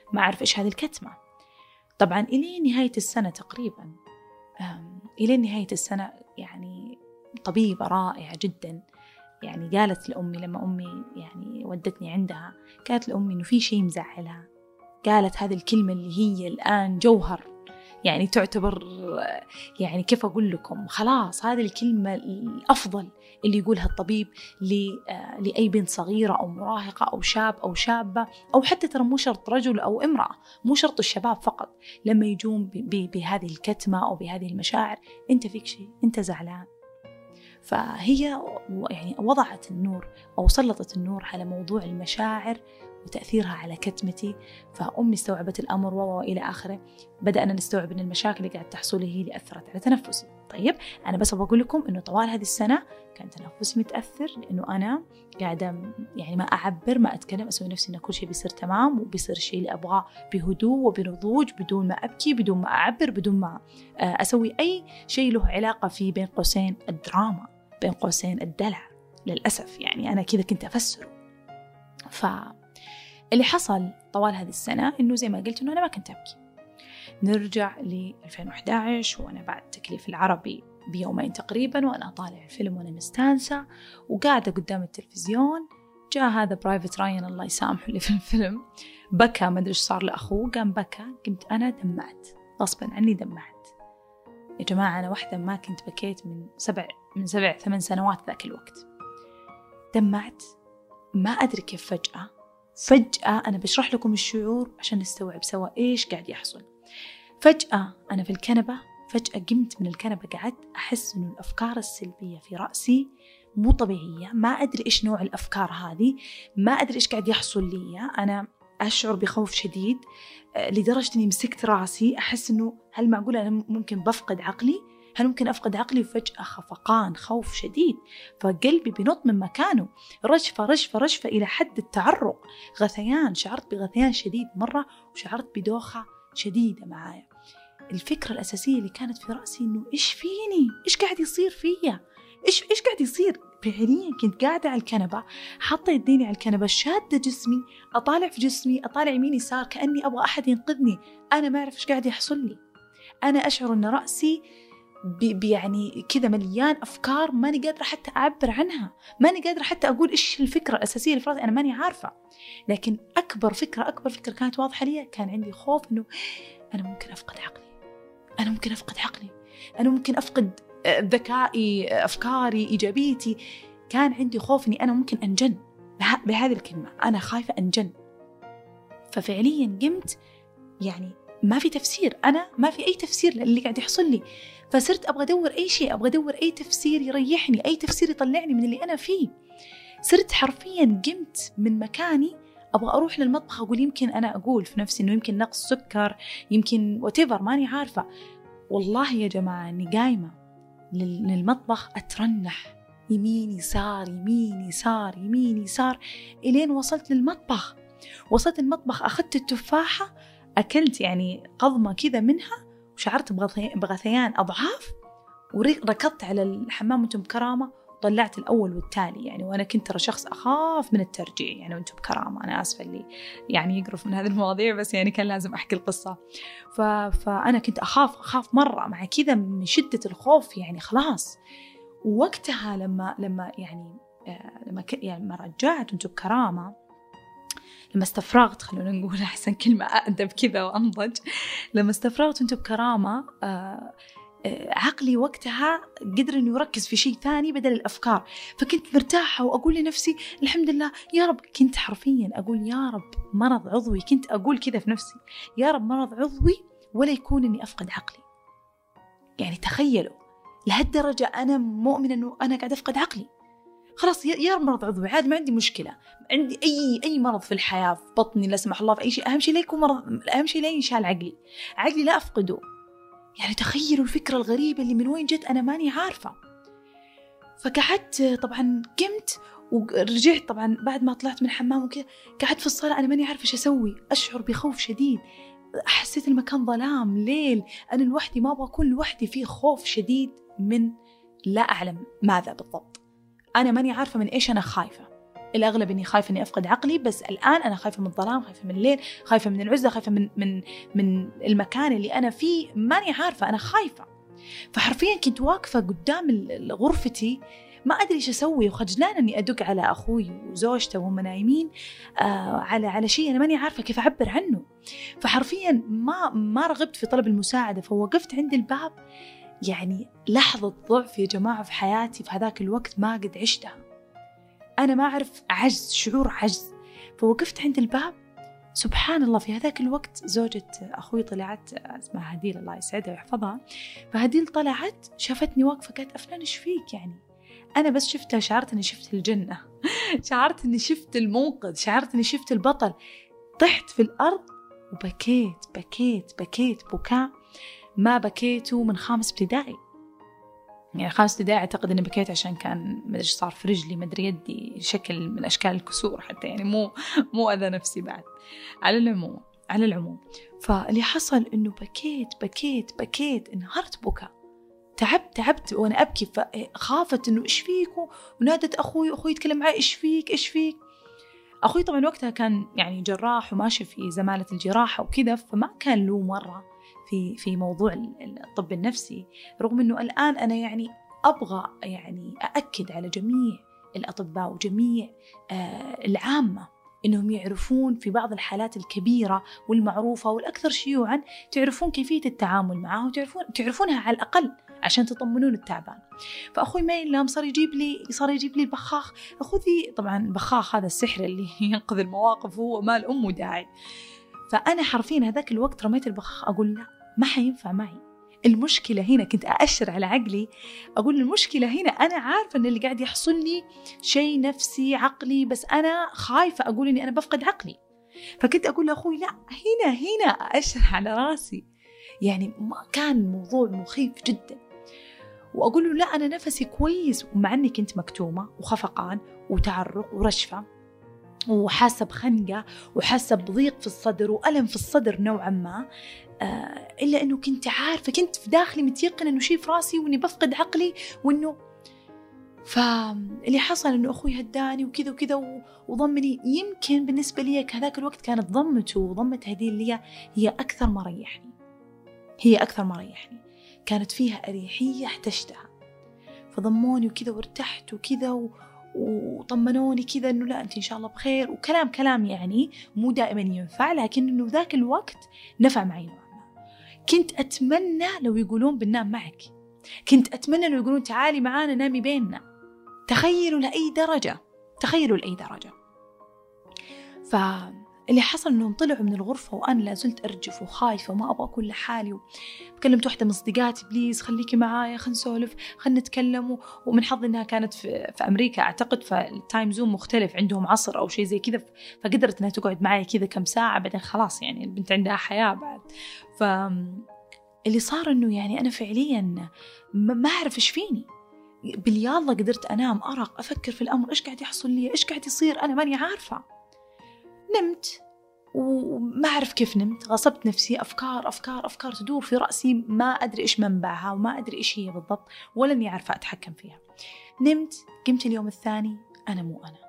ما أعرف إيش هذه الكتمة. طبعا إلى نهاية السنة تقريبا، إلى نهاية السنة يعني طبيبة رائعة جدا يعني قالت لأمي لما أمي يعني ودتني عندها، قالت لأمي إنه في شيء مزعلها. قالت هذه الكلمة اللي هي الآن جوهر، يعني تعتبر يعني كيف أقول لكم، خلاص هذه الكلمة الأفضل اللي يقولها الطبيب لأي بنت صغيرة أو مراهقة أو شاب أو شابة، أو حتى ترى مو شرط رجل أو امرأة، مو شرط الشباب فقط، لما يجون بهذه الكتمة أو بهذه المشاعر، أنت فيك شيء، أنت زعلان. فهي يعني وضعت النور أو سلطت النور على موضوع المشاعر وتأثيرها على كتمتي. فأمي استوعبت الأمر وإلى آخره. بدأنا نستوعب أن المشاكل اللي قاعد تحصل هي اللي أثرت على تنفسي. طيب أنا بس بقول لكم أنه طوال هذه السنة كان تنفسي متأثر، لأنه أنا قاعدة يعني ما أعبر، ما أتكلم، أسوي نفسي أن كل شيء بيصير تمام وبيصير الشيء اللي أبغاه بهدوء وبنضوج، بدون ما أبكي، بدون ما أعبر، بدون ما أسوي أي شيء له علاقة في بين قوسين الدراما، بين قوسين الدلع. للأسف يعني أنا كذا كنت أفسره. فاللي حصل طوال هذه السنة إنه زي ما قلت إنه أنا ما كنت أبكي. نرجع ل 2011 وأنا بعد تكليف العربي بيومين تقريبا، وأنا طالع الفيلم وأنا مستانسة وقاعدة قدام التلفزيون. جاء هذا برايفت راين الله يسامحه اللي في الفيلم، بكى، ما أدري إيش صار لأخوه، قام بكى، قمت أنا دمعت غصبا عني، دمعت. يا جماعة أنا واحدة ما كنت بكيت من 7-8 سنوات ذاك الوقت. دمعت، ما أدري كيف فجأة أنا بشرح لكم الشعور عشان نستوعب سوا إيش قاعد يحصل. فجأة أنا في الكنبة، فجأة قمت من الكنبة، قعدت أحس إنه الأفكار السلبية في رأسي مو طبيعية. ما أدري إيش نوع الأفكار هذه، ما أدري إيش قاعد يحصل لي. أنا أشعر بخوف شديد لدرجة إني مسكت راسي، أحس إنه هل معقول أنا ممكن بفقد عقلي؟ هل ممكن أفقد عقلي؟ وفجأة خفقان، خوف شديد، فقلبي بينط من مكانه، رجفة إلى حد التعرق، غثيان، شعرت بغثيان شديد مرة، وشعرت بدوخة شديدة معايا. الفكرة الأساسية اللي كانت في رأسي إنه إيش فيني؟ إيش قاعد يصير فيا؟ إيش قاعد يصير؟ فعليا كنت قاعدة على الكنبة، حاطة يديني على الكنبة، شادة جسمي، أطالع في جسمي، أطالع يمين يسار، كأني أبغى أحد ينقذني. أنا ما أعرف إيش قاعد يحصل لي. أنا أشعر أن رأسي يعني كذا مليان أفكار، ماني قادرة حتى أعبر عنها، ماني قادرة حتى أقول إيش الفكرة الأساسية اللي في رأسي، أنا ماني عارفة. لكن أكبر فكرة كانت واضحة لي، كان عندي خوف إنه أنا ممكن أفقد عقلي، أنا ممكن أفقد ذكائي، أفكاري، إيجابيتي. كان عندي خوف إني أنا ممكن أنجن بهذه الكلمة، أنا خايفة أنجن. ففعليا قمت يعني ما في تفسير، أنا ما في أي تفسير للي قاعد يحصل لي. فصرت أبغى أدور أي شيء، أبغى أدور أي تفسير يريحني، أي تفسير يطلعني من اللي أنا فيه. صرت حرفيا قمت من مكاني أبغى أروح للمطبخ، أقول يمكن أنا أقول في نفسي إنه يمكن نقص سكر، يمكن whatever، ماني عارفة. والله يا جماعة إني قايمة للمطبخ أترنح يمين يسار يمين يسار يمين يسار، إلين وصلت للمطبخ. وصلت المطبخ، أخذت التفاحة، أكلت يعني قضمة كذا منها، وشعرت بغثيان أضعاف، وركضت على الحمام وانتم بكرامة، طلعت الأول والتالي يعني. وأنا كنت ترى شخص أخاف من الترجيع يعني، وانتم بكرامة، أنا آسفة اللي يعني يقرف من هذه المواضيع، بس يعني كان لازم أحكي القصة. فأنا كنت أخاف مرة، مع كذا من شدة الخوف يعني خلاص. ووقتها لما رجعت وانتم بكرامة، لما استفرغت، خلونا نقول أحسن كلمة أأدب كذا وأنضج، لما استفرغت وانتم بكرامة، عقلي وقتها قدر إنه يركز في شيء ثاني بدل الأفكار. فكنت مرتاحة وأقول لنفسي الحمد لله يا رب. كنت حرفيا أقول يا رب مرض عضوي، كنت أقول كذا في نفسي، يا رب مرض عضوي ولا يكون إني أفقد عقلي. يعني تخيلوا لهالدرجة أنا مؤمنة إنه أنا قاعد أفقد عقلي. خلاص يا رب مرض عضوي عادي، ما عندي مشكلة. عندي أي مرض في الحياة، في بطني لا سمح الله، في أي شيء، أهم شيء لا يكون مرض، أهم شيء لا ينشال عقلي لا أفقده. يعني تخيلوا الفكرة الغريبة اللي من وين جت، أنا ماني عارفة. فقعدت طبعا، قمت ورجعت طبعا بعد ما طلعت من الحمام وكذا، قعدت في الصالة، أنا ماني عارفة إيش أسوي، أشعر بخوف شديد، حسيت المكان ظلام ليل، أنا لوحدي، ما أبغى أكون لوحدي، فيه خوف شديد من لا أعلم ماذا بالضبط. أنا ماني عارفة من إيش أنا خايفة، الأغلب إني خايفة إني أفقد عقلي، بس الآن أنا خايفة من الظلام، خايفة من الليل، خايفة من العزلة، خايفة من المكان اللي أنا فيه، ماني عارفة، أنا خايفة. فحرفيا كنت واقفة قدام غرفتي ما أدري إيش أسوي، وخجلانة إني أدق على أخوي وزوجته وهم نايمين على شيء أنا ماني عارفة كيف أعبر عنه. فحرفيا ما رغبت في طلب المساعدة، فوقفت عند الباب. يعني لحظة ضعف يا جماعة في حياتي في هذاك الوقت ما قد عشتها. أنا ما أعرف عجز، شعور عجز. فوقفت عند الباب، سبحان الله في هذاك الوقت زوجة أخوي طلعت، اسمها هديل الله يسعدها ويحفظها. فهديل طلعت شافتني واقفة قالت أفنان إيش فيك؟ يعني أنا بس شفتها شعرت أني شفت الجنة شعرت أني شفت المنقذ، شعرت أني شفت البطل. طحت في الأرض وبكيت بكيت بكيت بكاء ما بكيته من 5 ابتدائي. يعني 5 ابتدائي أعتقد أني بكيت عشان كان مدري صار في رجلي مدري يدي شكل من أشكال الكسور حتى، يعني مو أذى نفسي بعد. على العموم فاللي حصل أنه بكيت بكيت بكيت، انهارت بكاء، تعبت وأنا أبكي. فخافت أنه إيش فيك، ونادت أخوي يتكلم معي إيش فيك. أخوي طبعا وقتها كان يعني جراح وماشي في زمالة الجراحة وكذا، فما كان له مرة في موضوع الطب النفسي، رغم أنه الآن أنا يعني أبغى يعني أأكد على جميع الأطباء وجميع العامة إنهم يعرفون في بعض الحالات الكبيرة والمعروفة والأكثر شيوعا، تعرفون كيفية التعامل معها وتعرفونها على الأقل عشان تطمنون التعبان. فأخوي ما يلام صار يجيب لي البخاخ. أخذي طبعا البخاخ هذا السحر اللي ينقذ المواقف، هو مال أمه داعي. فأنا حرفيا هذاك الوقت رميت البخاخ، أقول لا ما حينفع معي. المشكلة هنا كنت أأشر على عقلي، أقول المشكلة هنا أنا عارفة أن اللي قاعد يحصل لي شيء نفسي عقلي، بس أنا خايفة أقول أني أنا بفقد عقلي. فكنت أقول لأخوي لا هنا أأشر على راسي. يعني كان الموضوع مخيف جدا. وأقول له لا أنا نفسي كويس، ومع أني كنت مكتومة وخفقان وتعرق ورشفة وحاسة بخنقة وحاسة بضيق في الصدر وألم في الصدر نوعا ما، إلا أنه كنت عارفة، كنت في داخلي متيقن أنه شيء في راسي وأني بفقد عقلي وأنه. فاللي حصل أنه أخوي هداني وكذا وضمني. يمكن بالنسبة لي كذاك الوقت كانت ضمته وضمة هذه اللي هي أكثر ما ريحني، كانت فيها أريحية احتجتها. فضموني وكذا وارتحت وكذا وطمنوني كذا أنه لا أنت إن شاء الله بخير، وكلام يعني مو دائما ينفع، لكن أنه ذاك الوقت نفع معي نوعا ما. كنت أتمنى لو يقولون بننام معك، كنت أتمنى لو يقولون تعالي معانا نامي بيننا. تخيلوا لأي درجة. فاللي حصل أنهم طلعوا من الغرفة وأنا لازلت أرجف وخايفة وما أبغى أكون لحالي. كلمت واحدة من صديقاتي بليز خليكي معايا، خلينا نسولف، خلينا نتكلم. ومن حظي أنها كانت في أمريكا أعتقد، فالتايم زوم مختلف عندهم عصر أو شيء زي كذا، فقدرت أنها تقعد معايا كذا كم ساعة. بعدين خلاص يعني البنت عندها حياة بعد. فاللي صار أنه يعني أنا فعليا ما أعرف إيش فيني. باليالله قدرت أنام أرق أفكر في الأمر، إيش قاعد يحصل لي، إيش قاعد يصير، أنا ماني عارفة. نمت وما أعرف كيف نمت، غصبت نفسي، أفكار تدور في رأسي ما أدري إيش منبعها وما أدري إيش هي بالضبط، ولا أني عارفة أتحكم فيها. نمت، قمت اليوم الثاني أنا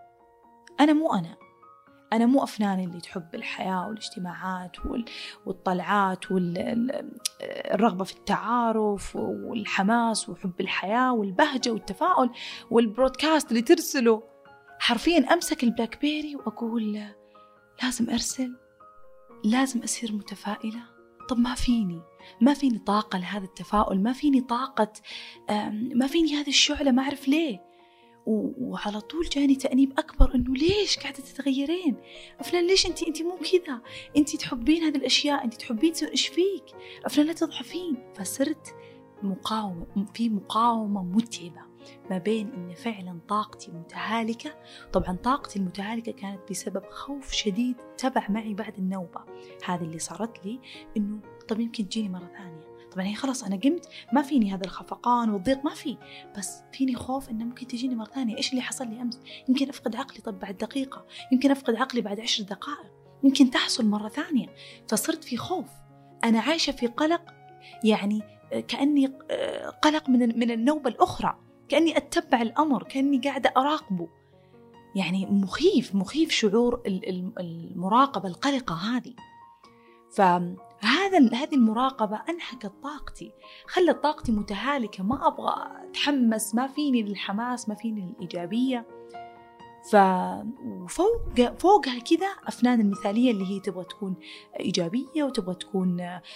مو أفنان اللي تحب الحياة والاجتماعات والطلعات والرغبة في التعارف والحماس وحب الحياة والبهجة والتفاؤل والبرودكاست اللي ترسله. حرفيا أمسك البلاك بيري وأقول لازم أرسل، لازم أصير متفائلة. طب ما فيني طاقة لهذا التفاؤل، ما فيني طاقة، ما فيني هذه الشعلة، ما أعرف ليه. وعلى طول جاني تأنيب أكبر إنه ليش قاعدة تتغيرين أفلان، ليش أنت مو كذا، أنت تحبين هذه الأشياء، أنت تحبين إيش فيك أفلان، لا تضعفين. فصرت مقاومة متعبة ما بين إن فعلا طاقتي متهالكة. طبعا طاقتي المتهالكة كانت بسبب خوف شديد تبع معي بعد النوبة هذه اللي صارت لي، إنه طب يمكن تجيني مرة ثانية. طبعا هي خلاص أنا قمت، ما فيني هذا الخفقان والضيق، ما في، بس فيني خوف إنه ممكن تجيني مرة ثانية. إيش اللي حصل لي أمس؟ يمكن أفقد عقلي طب بعد دقيقة، يمكن أفقد عقلي بعد 10 دقائق، يمكن تحصل مرة ثانية. فصرت في خوف، أنا عايشة في قلق، يعني كأني قلق من النوبة الأخرى، كأني أتبع الأمر، كأني قاعدة أراقبه. يعني مخيف شعور المراقبة القلقة هذه. هذه المراقبة أنهكت طاقتي، خلت طاقتي متهالكة، ما أبغى أتحمس، ما فيني للحماس، ما فيني للإيجابية. فوقها كذا أفنان المثالية اللي هي تبغى تكون إيجابية وتبغى تكون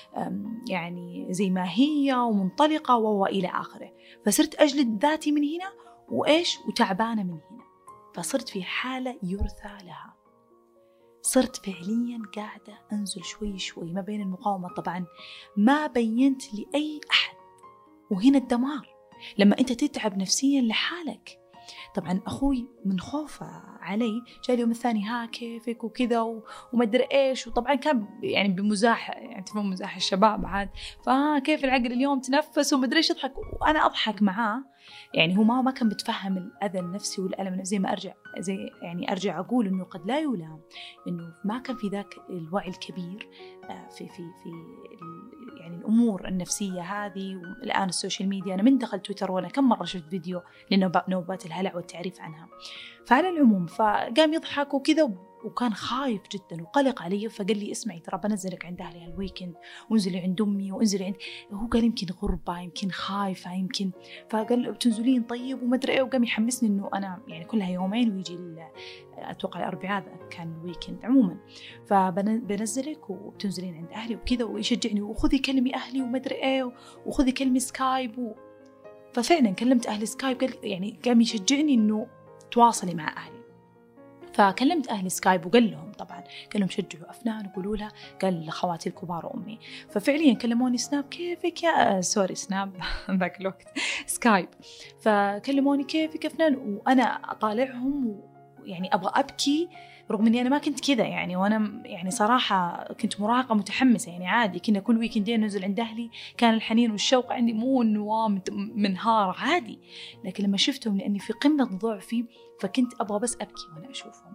يعني زي ما هي ومنطلقة وإلى آخره. فصرت أجلد ذاتي من هنا وتعبانة من هنا، فصرت في حالة يرثى لها. صرت فعليا قاعدة أنزل شوي شوي ما بين المقاومة. طبعا ما بينت لأي أحد، وهنا الدمار لما أنت تتعب نفسيا لحالك. طبعا أخوي من خوفه علي جاء اليوم الثاني ها كيفك وكذا وما أدري إيش، وطبعا كان يعني بمزاح، يعني تفهم مزاح الشباب عاد، كيف العقل اليوم تنفس وما أدري إيش، يضحك وأنا أضحك معاه. يعني هو ما كان بتفهم الأذى النفسي والألم، زي ما أرجع أقول إنه قد لا يلام إنه ما كان في ذاك الوعي الكبير في يعني الأمور النفسية هذه. والآن السوشيال ميديا، أنا من دخل تويتر وأنا كم مرة شفت فيديو لنوبات الهلع والتعريف عنها. فعلى العموم فقام يضحك وكذا، وكان خايف جدا وقلق علي. فقال لي اسمعي ترى بنزلك عند أهلي هالويكند، وانزلي عند أمي وانزلي عند، هو قال يمكن غربة، يمكن خايفة، يمكن. فقال بتنزلين طيب وما أدري إيه، وقام يحمسني إنه أنا يعني كلها يومين ويجي أتوقع الأربعاء كان الويكند عموما، فبنزلك وبتنزلين عند أهلي وكذا، ويشجعني وخذي كلمي أهلي وما أدري إيه، وخذي كلمي سكايب ففعلا كلمت أهلي سكايب، قال يعني قام يشجعني إنه تواصلي مع أهلي. فكلمت أهلي سكايب وقال لهم، طبعا قال لهم شجعوا أفنان وقولوا لها، قال لخواتي الكبار وأمي. ففعليا كلموني سناب كيفك يا سوري سناب ذاك الوقت سكايب، فكلموني كيفك أفنان، وأنا أطالعهم ويعني أبغى أبكي رغم أني أنا ما كنت كذا يعني. وأنا يعني صراحة كنت مراهقة متحمسة يعني عادي، كنا كل ويكندين ننزل عند أهلي، كان الحنين والشوق عندي مو إنه منهار عادي. لكن لما شفتهم لأني في قمة ضعفي فكنت أبغى بس أبكي وأنا أشوفهم.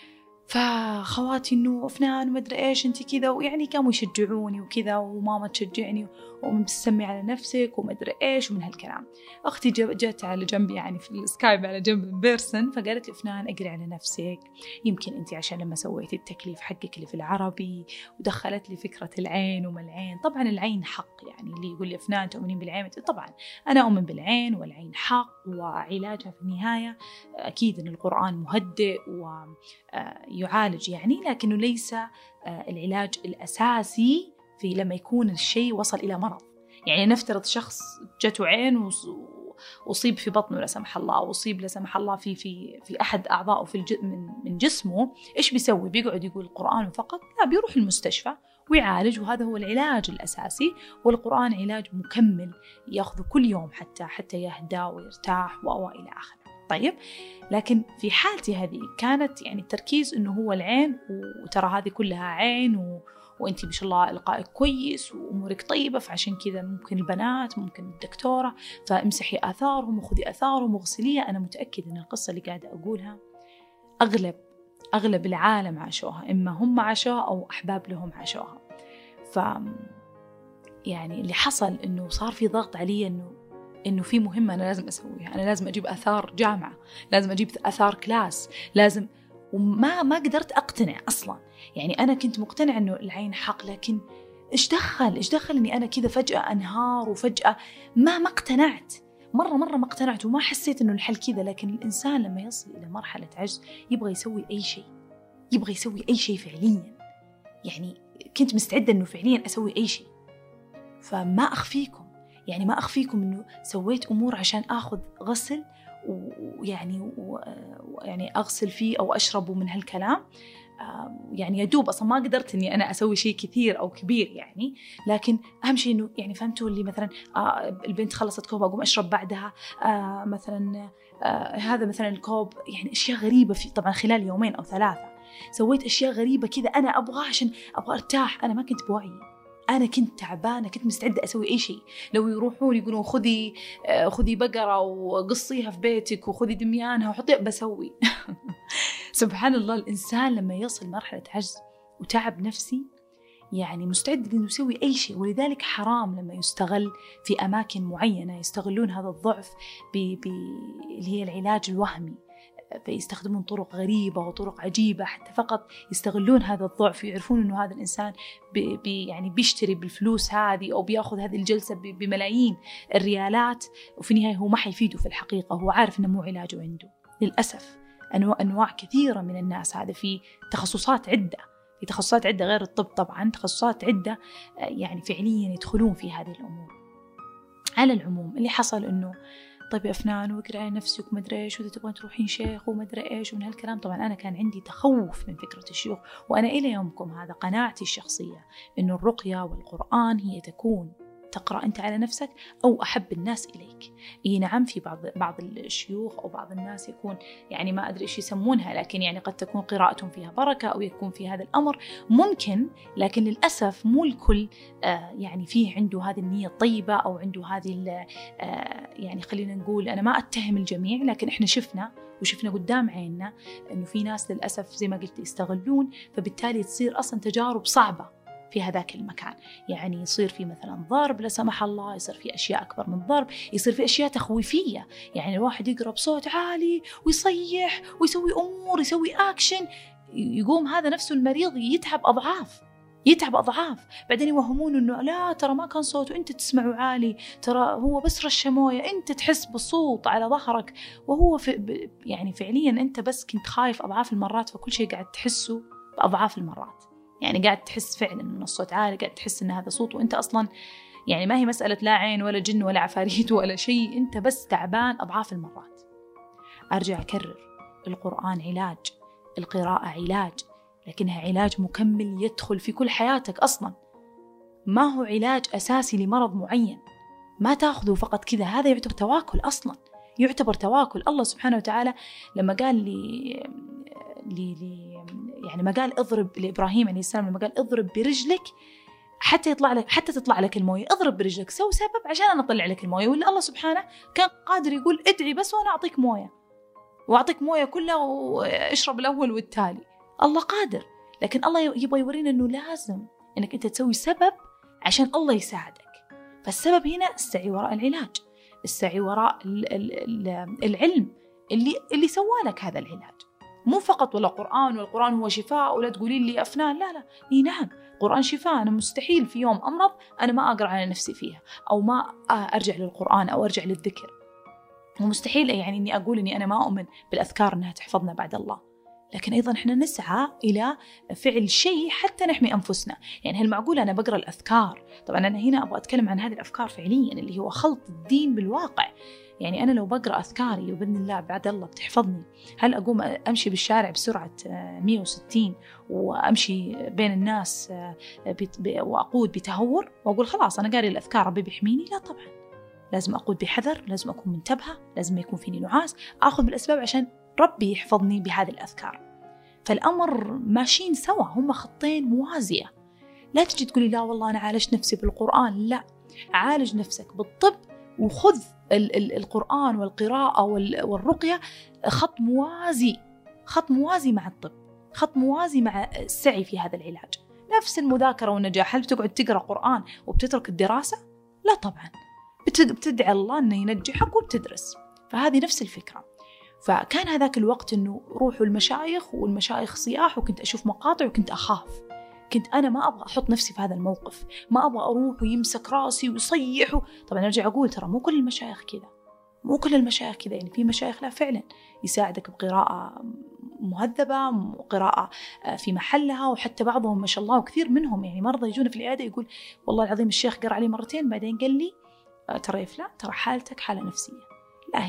فخواتي إنه أفنان وما أدري إيش أنت كذا، ويعني كانوا يشجعوني وكذا، وماما تشجعني ومسمي على نفسك وما أدري إيش ومن هالكلام. أختي جت على جنبي يعني في السكايب على جنب بيرسون، فقالت لي أفنان أقري على نفسك، يمكن أنت عشان لما سويتي التكليف حقك اللي في العربي، ودخلت لي فكرة العين وما العين. طبعا العين حق، يعني اللي يقول لي أفنان تؤمنين بالعين، طبعا أنا أؤمن بالعين، والعين حق وعلاجها في النهاية أكيد أن القرآن مهدئ ويعالج يعني، لكنه ليس العلاج الأساسي في لما يكون الشيء وصل إلى مرض. يعني نفترض شخص جاته عين وأصيب في بطنه لا سمح الله، أو أصيب لا سمح الله في أحد أعضائه من جسمه، إيش بيسوي؟ بيقعد يقول القرآن فقط؟ لا، بيروح المستشفى ويعالج، وهذا هو العلاج الأساسي. والقرآن علاج مكمل يأخذه كل يوم حتى يهدى ويرتاح وإلى آخره. طيب، لكن في حالتي هذه كانت يعني التركيز إنه هو العين، وترى هذه كلها عين وأنتي ما شاء الله إلقائك كويس وأمورك طيبة، فعشان كذا ممكن البنات، ممكن الدكتورة، فامسحي آثارهم وخذي آثارهم وغسليها. أنا متأكدة أن القصة اللي قاعدة أقولها أغلب العالم عاشوها، إما هم عاشوها أو أحباب لهم عاشوها. يعني اللي حصل إنه صار في ضغط علي إنه في مهمة أنا لازم أسويها، أنا لازم أجيب آثار جامعة، لازم أجيب آثار كلاس، لازم. وما قدرت أقتنع أصلاً. يعني أنا كنت مقتنع إنه العين حق، لكن إيش دخل إني أنا كذا فجأة أنهار، وفجأة ما اقتنعت، مرة ما اقتنعت، وما حسيت إنه الحل كذا. لكن الإنسان لما يصل إلى مرحلة عجز يبغى يسوي أي شيء فعلياً. يعني كنت مستعدة إنه فعلياً أسوي أي شيء. فما أخفيكم إنه سويت أمور عشان أخذ غسل ويعني أغسل فيه أو أشربه من هالكلام. يعني يدوب أصلا ما قدرت إني أنا أسوي شيء كثير أو كبير يعني. لكن أهم شيء إنه يعني فهمتوا اللي مثلا البنت خلصت كوب أقوم أشرب بعدها مثلا هذا مثلا الكوب، يعني أشياء غريبة طبعا خلال 2 أو 3 سويت أشياء غريبة كذا أنا أبغى عشان أبغى أرتاح. أنا ما كنت بوعي، أنا كنت تعبانة، كنت مستعدة أسوي أي شيء. لو يروحون يقولون خذي بقرة وقصيها في بيتك وخذي دميانها وحطيها، بسوي. سبحان الله، الإنسان لما يصل مرحلة عجز وتعب نفسي يعني مستعد إنه يسوي أي شيء. ولذلك حرام لما يستغل في أماكن معينة، يستغلون هذا الضعف اللي هي العلاج الوهمي، فيستخدمون طرق غريبة وطرق عجيبة حتى فقط يستغلون هذا الضعف، ويعرفون إنه هذا الإنسان يعني بيشتري بالفلوس هذه أو بيأخذ هذه الجلسة بملايين الريالات، وفي النهاية هو ما حيفيده في الحقيقة، هو عارف إنه مو علاجه عنده. للأسف أنواع كثيرة من الناس هذا في تخصصات عدة، في تخصصات عدة غير الطب طبعا، تخصصات عدة يعني فعليا يدخلون في هذه الأمور. على العموم اللي حصل إنه طيب يا أفنان واقرأي نفسك ومدري إيش، وإذا تبغين تروحين شيخ ومدري إيش ومن هالكلام. طبعا أنا كان عندي تخوف من فكرة الشيوخ، وأنا إلى يومكم هذا قناعتي الشخصية إنه الرقية والقرآن هي تكون تقرأ أنت على نفسك أو أحب الناس إليك. إيه نعم، في بعض الشيوخ أو بعض الناس يكون يعني ما أدري إيش يسمونها، لكن يعني قد تكون قراءتهم فيها بركة أو يكون في هذا الأمر ممكن، لكن للأسف مو الكل يعني فيه عنده هذه النية الطيبة أو عنده هذه يعني خلينا نقول، أنا ما أتهم الجميع، لكن إحنا شفنا قدام عيننا إنه في ناس للأسف زي ما قلت يستغلون، فبالتالي تصير أصلا تجارب صعبة في هذاك المكان. يعني يصير في مثلا ضرب لا سمح الله، يصير في أشياء أكبر من ضرب، يصير في أشياء تخويفية، يعني الواحد يقرأ بصوت عالي ويصيح ويسوي أمور، يسوي أكشن، يقوم هذا نفسه المريض يتعب أضعاف. بعدين يوهمون إنه لا ترى ما كان صوته، أنت تسمعه عالي، ترى هو بس رش موية، أنت تحس بالصوت على ظهرك، وهو يعني فعليا أنت بس كنت خايف أضعاف المرات، فكل شيء قاعد تحسه بأضعاف المرات. يعني قاعد تحس فعلا إن الصوت عالي، قاعد تحس إن هذا صوت، وأنت أصلا يعني ما هي مسألة لا عين ولا جن ولا عفاريت ولا شيء، أنت بس تعبان أضعاف المرات. أرجع أكرر، القرآن علاج، القراءة علاج، لكنها علاج مكمل يدخل في كل حياتك أصلا، ما هو علاج أساسي لمرض معين. ما تأخذه فقط كذا، هذا يعتبر تواكل أصلا، يعتبر تواكل. الله سبحانه وتعالى لما قال يعني ما قال اضرب لإبراهيم عليه السلام، لما قال اضرب برجلك حتى تطلع لك الموية، اضرب برجلك، سوي سبب عشان أنا أطلع لك الموية. ولا الله سبحانه كان قادر يقول ادعي بس وأنا أعطيك موية، وأعطيك موية كلها واشرب الأول والتالي. الله قادر، لكن الله يبغى يورينا أنه لازم أنك أنت تسوي سبب عشان الله يساعدك. فالسبب هنا السعي وراء العلاج، السعي وراء العلم اللي سوالك هذا العلاج. مو فقط ولا قرآن، والقرآن هو شفاء، ولا تقولي لي أفنان لا نعم، قرآن شفاء. أنا مستحيل في يوم أمرض أنا ما أقرأ على نفسي فيها، أو ما أرجع للقرآن أو أرجع للذكر. ومستحيل يعني إني أقول إني أنا ما أؤمن بالأذكار أنها تحفظنا بعد الله، لكن أيضا إحنا نسعى إلى فعل شيء حتى نحمي أنفسنا. يعني هل معقول أنا بقرأ الأذكار؟ طبعا أنا هنا أبغى أتكلم عن هذه الأفكار فعليا، اللي هو خلط الدين بالواقع. يعني أنا لو بقرأ أذكاري وبإذن الله بعد الله بتحفظني، هل أقوم أمشي بالشارع بسرعة 160 وأمشي بين الناس وأقود بتهور وأقول خلاص أنا قاري الأذكار ربي بيحميني؟ لا طبعا، لازم أقود بحذر، لازم أكون منتبهة، لازم يكون فيني نعاس، أخذ بالأسباب عشان ربي يحفظني بهذه الأذكار. فالأمر ماشيين سوا، هم خطين موازية. لا تجي تقولي لا والله أنا عالجت نفسي بالقرآن، لا، عالج نفسك بالطب، وخذ القرآن والقراءة والرقية خط موازي مع الطب، خط موازي مع السعي في هذا العلاج. نفس المذاكرة والنجاح، هل بتقعد تقرأ قرآن وبتترك الدراسة؟ لا طبعا، بتدعي الله أنه ينجحك وبتدرس. فهذه نفس الفكرة. فكان هذاك الوقت أنه روحوا المشايخ، والمشايخ صياح، وكنت أشوف مقاطع وكنت أخاف. كنت أنا ما أبغى أحط نفسي في هذا الموقف، ما أبغى أروح ويمسك راسي ويصيح. طبعا أرجع أقول ترى مو كل المشايخ كذا، مو كل المشايخ كذا. يعني في مشايخ لا فعلا يساعدك بقراءة مهذبة، قراءة في محلها، وحتى بعضهم ما شاء الله وكثير منهم يعني مرضى يجون في العيادة يقول والله العظيم الشيخ قرأ علي مرتين بعدين قال لي ترى يا فلان ترى حالتك حالة نفسية، لا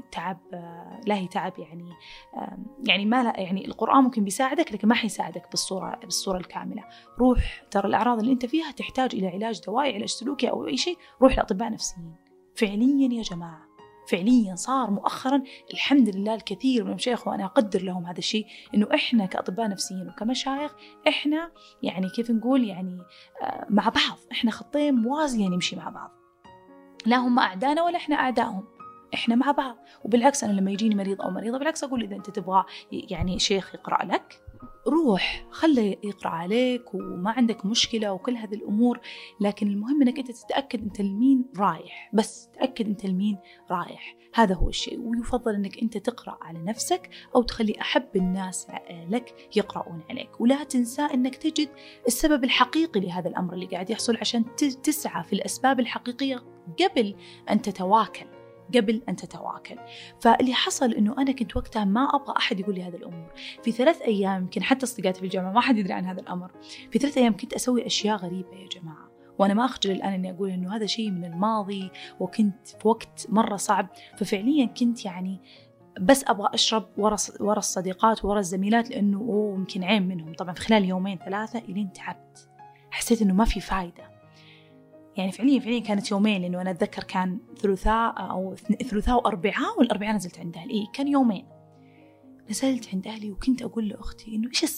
هي تعب يعني ما لا يعني القرآن ممكن بيساعدك لكن ما حيساعدك بالصورة الكاملة. روح، ترى الأعراض اللي أنت فيها تحتاج إلى علاج دوائي، علاج سلوكي أو أي شيء، روح لأطباء نفسيين. فعليا يا جماعة، فعليا صار مؤخرا الحمد لله الكثير من المشايخ، وأنا أقدر لهم هذا الشيء، إنه إحنا كأطباء نفسيين وكمشايخ إحنا يعني كيف نقول يعني مع بعض، إحنا خطين موازية نمشي مع بعض، لا هم أعدانا ولا إحنا أعدائهم، إحنا مع بعض. وبالعكس أنا لما يجيني مريض أو مريضة بالعكس أقول إذا أنت تبغى يعني شيخ يقرأ لك روح خله يقرأ عليك وما عندك مشكلة وكل هذه الأمور، لكن المهم أنك أنت تتأكد أنت لمين رايح، بس تأكد أنت لمين رايح، هذا هو الشيء. ويفضل أنك أنت تقرأ على نفسك أو تخلي أحب الناس لك يقرؤون عليك. ولا تنسى أنك تجد السبب الحقيقي لهذا الأمر اللي قاعد يحصل عشان تسعى في الأسباب الحقيقية قبل أن تتواكل. فاللي حصل أنه أنا كنت وقتها ما أبغى أحد يقول لي هذا الأمور. في 3 أيام يمكن حتى أصدقائي في الجامعة ما حد يدري عن هذا الأمر. في 3 أيام كنت أسوي أشياء غريبة يا جماعة، وأنا ما أخجل الآن أني أقول أنه هذا شيء من الماضي، وكنت في وقت مرة صعب. ففعليا كنت يعني بس أبغى أشرب ورا الصديقات ورا الزميلات، لأنه يمكن عين منهم. طبعا في خلال 2-3 إلين تعبت، حسيت أنه ما في فايدة. يعني فعليا كانت 2 لأنه أنا أتذكر كان ثلاثاء وأربعاء، والأربعاء نزلت عند أهلي. كان 2 نزلت عند أهلي، وكنت أقول لأختي إنه إيش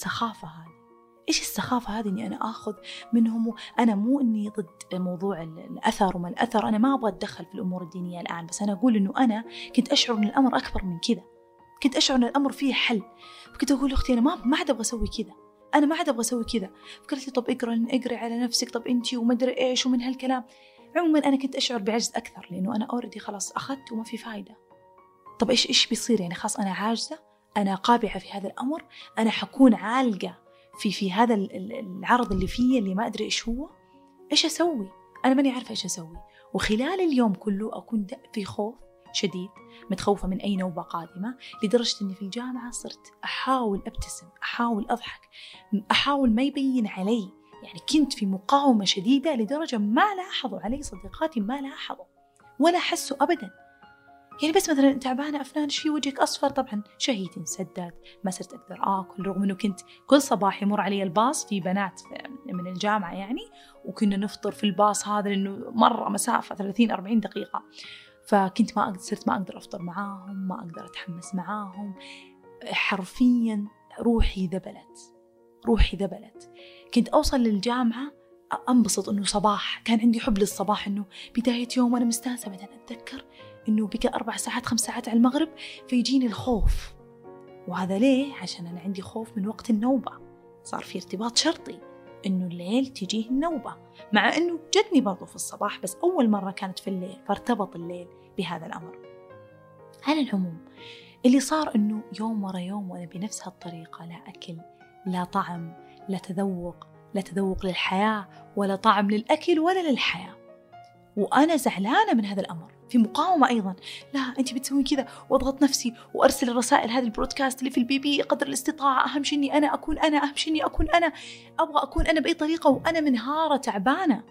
السخافة هذه إني أنا أخذ منهم. أنا مو إني ضد موضوع الأثر وما الأثر، أنا ما أبغى أتدخل في الأمور الدينية الآن، بس أنا أقول إنه أنا كنت أشعر إن الأمر أكبر من كذا، كنت أشعر إن الأمر فيه حل. فكنت أقول لأختي أنا ما عاد أبغى أسوي كذا، أنا ما عاد أبغى أسوي كذا. فقالت لي طب اقرأي على نفسك، طب أنتي وما أدري إيش ومن هالكلام. عموما أنا كنت أشعر بعجز أكثر، لأنه أنا أوردي خلاص أخذت وما في فايدة. طب إيش بيصير يعني؟ خلاص أنا عاجزة، أنا قابعة في هذا الأمر، أنا حكون عالقة في هذا العرض اللي فيه اللي ما أدري إيش هو. إيش أسوي؟ أنا ماني عارفة إيش أسوي. وخلال اليوم كله أكون في خوف شديد، متخوفة من أي نوبة قادمة، لدرجة أني في الجامعة صرت أحاول أبتسم، أحاول أضحك، أحاول ما يبين علي. يعني كنت في مقاومة شديدة لدرجة ما لاحظوا علي صديقاتي، ما لاحظوا ولا حسوا أبدا. يعني بس مثلا تعبانة أفنان، إيش في وجهك أصفر؟ طبعا شهيتي انسدت، ما صرت أقدر آكل، رغم أنه كنت كل صباح يمر علي الباص في بنات من الجامعة يعني، وكنا نفطر في الباص هذا لأنه مرة مسافة 30-40 دقيقة. فكنت صرت ما أقدر أفطر معاهم، ما أقدر أتحمس معاهم، حرفيا روحي ذبلت. كنت أوصل للجامعة أنبسط إنه صباح، كان عندي حب للصباح، إنه بداية يوم أنا مستانسة. بعدين أتذكر إنه بقى 4 ساعات 5 ساعات على المغرب فيجيني الخوف. وهذا ليه؟ عشان أنا عندي خوف من وقت النوبة، صار في ارتباط شرطي إنه الليل تجيه النوبة، مع إنه جتني برضو في الصباح، بس أول مرة كانت في الليل، فارتبط الليل بهذا الأمر. على العموم اللي صار إنه يوم ورا يوم وأنا بنفس هالطريقة، لا أكل، لا طعم، لا تذوق للحياة، ولا طعم للأكل ولا للحياة. وأنا زعلانة من هذا الأمر، في مقاومة أيضا. لا أنت بتسوي كذا، وأضغط نفسي وأرسل الرسائل هذه البرودكاست اللي في البي قدر الاستطاعة. أهم شيء إني أنا أكون أنا، أهم شيء إني أكون أنا، أبغى أكون أنا بأي طريقة، وأنا منهارة تعبانة.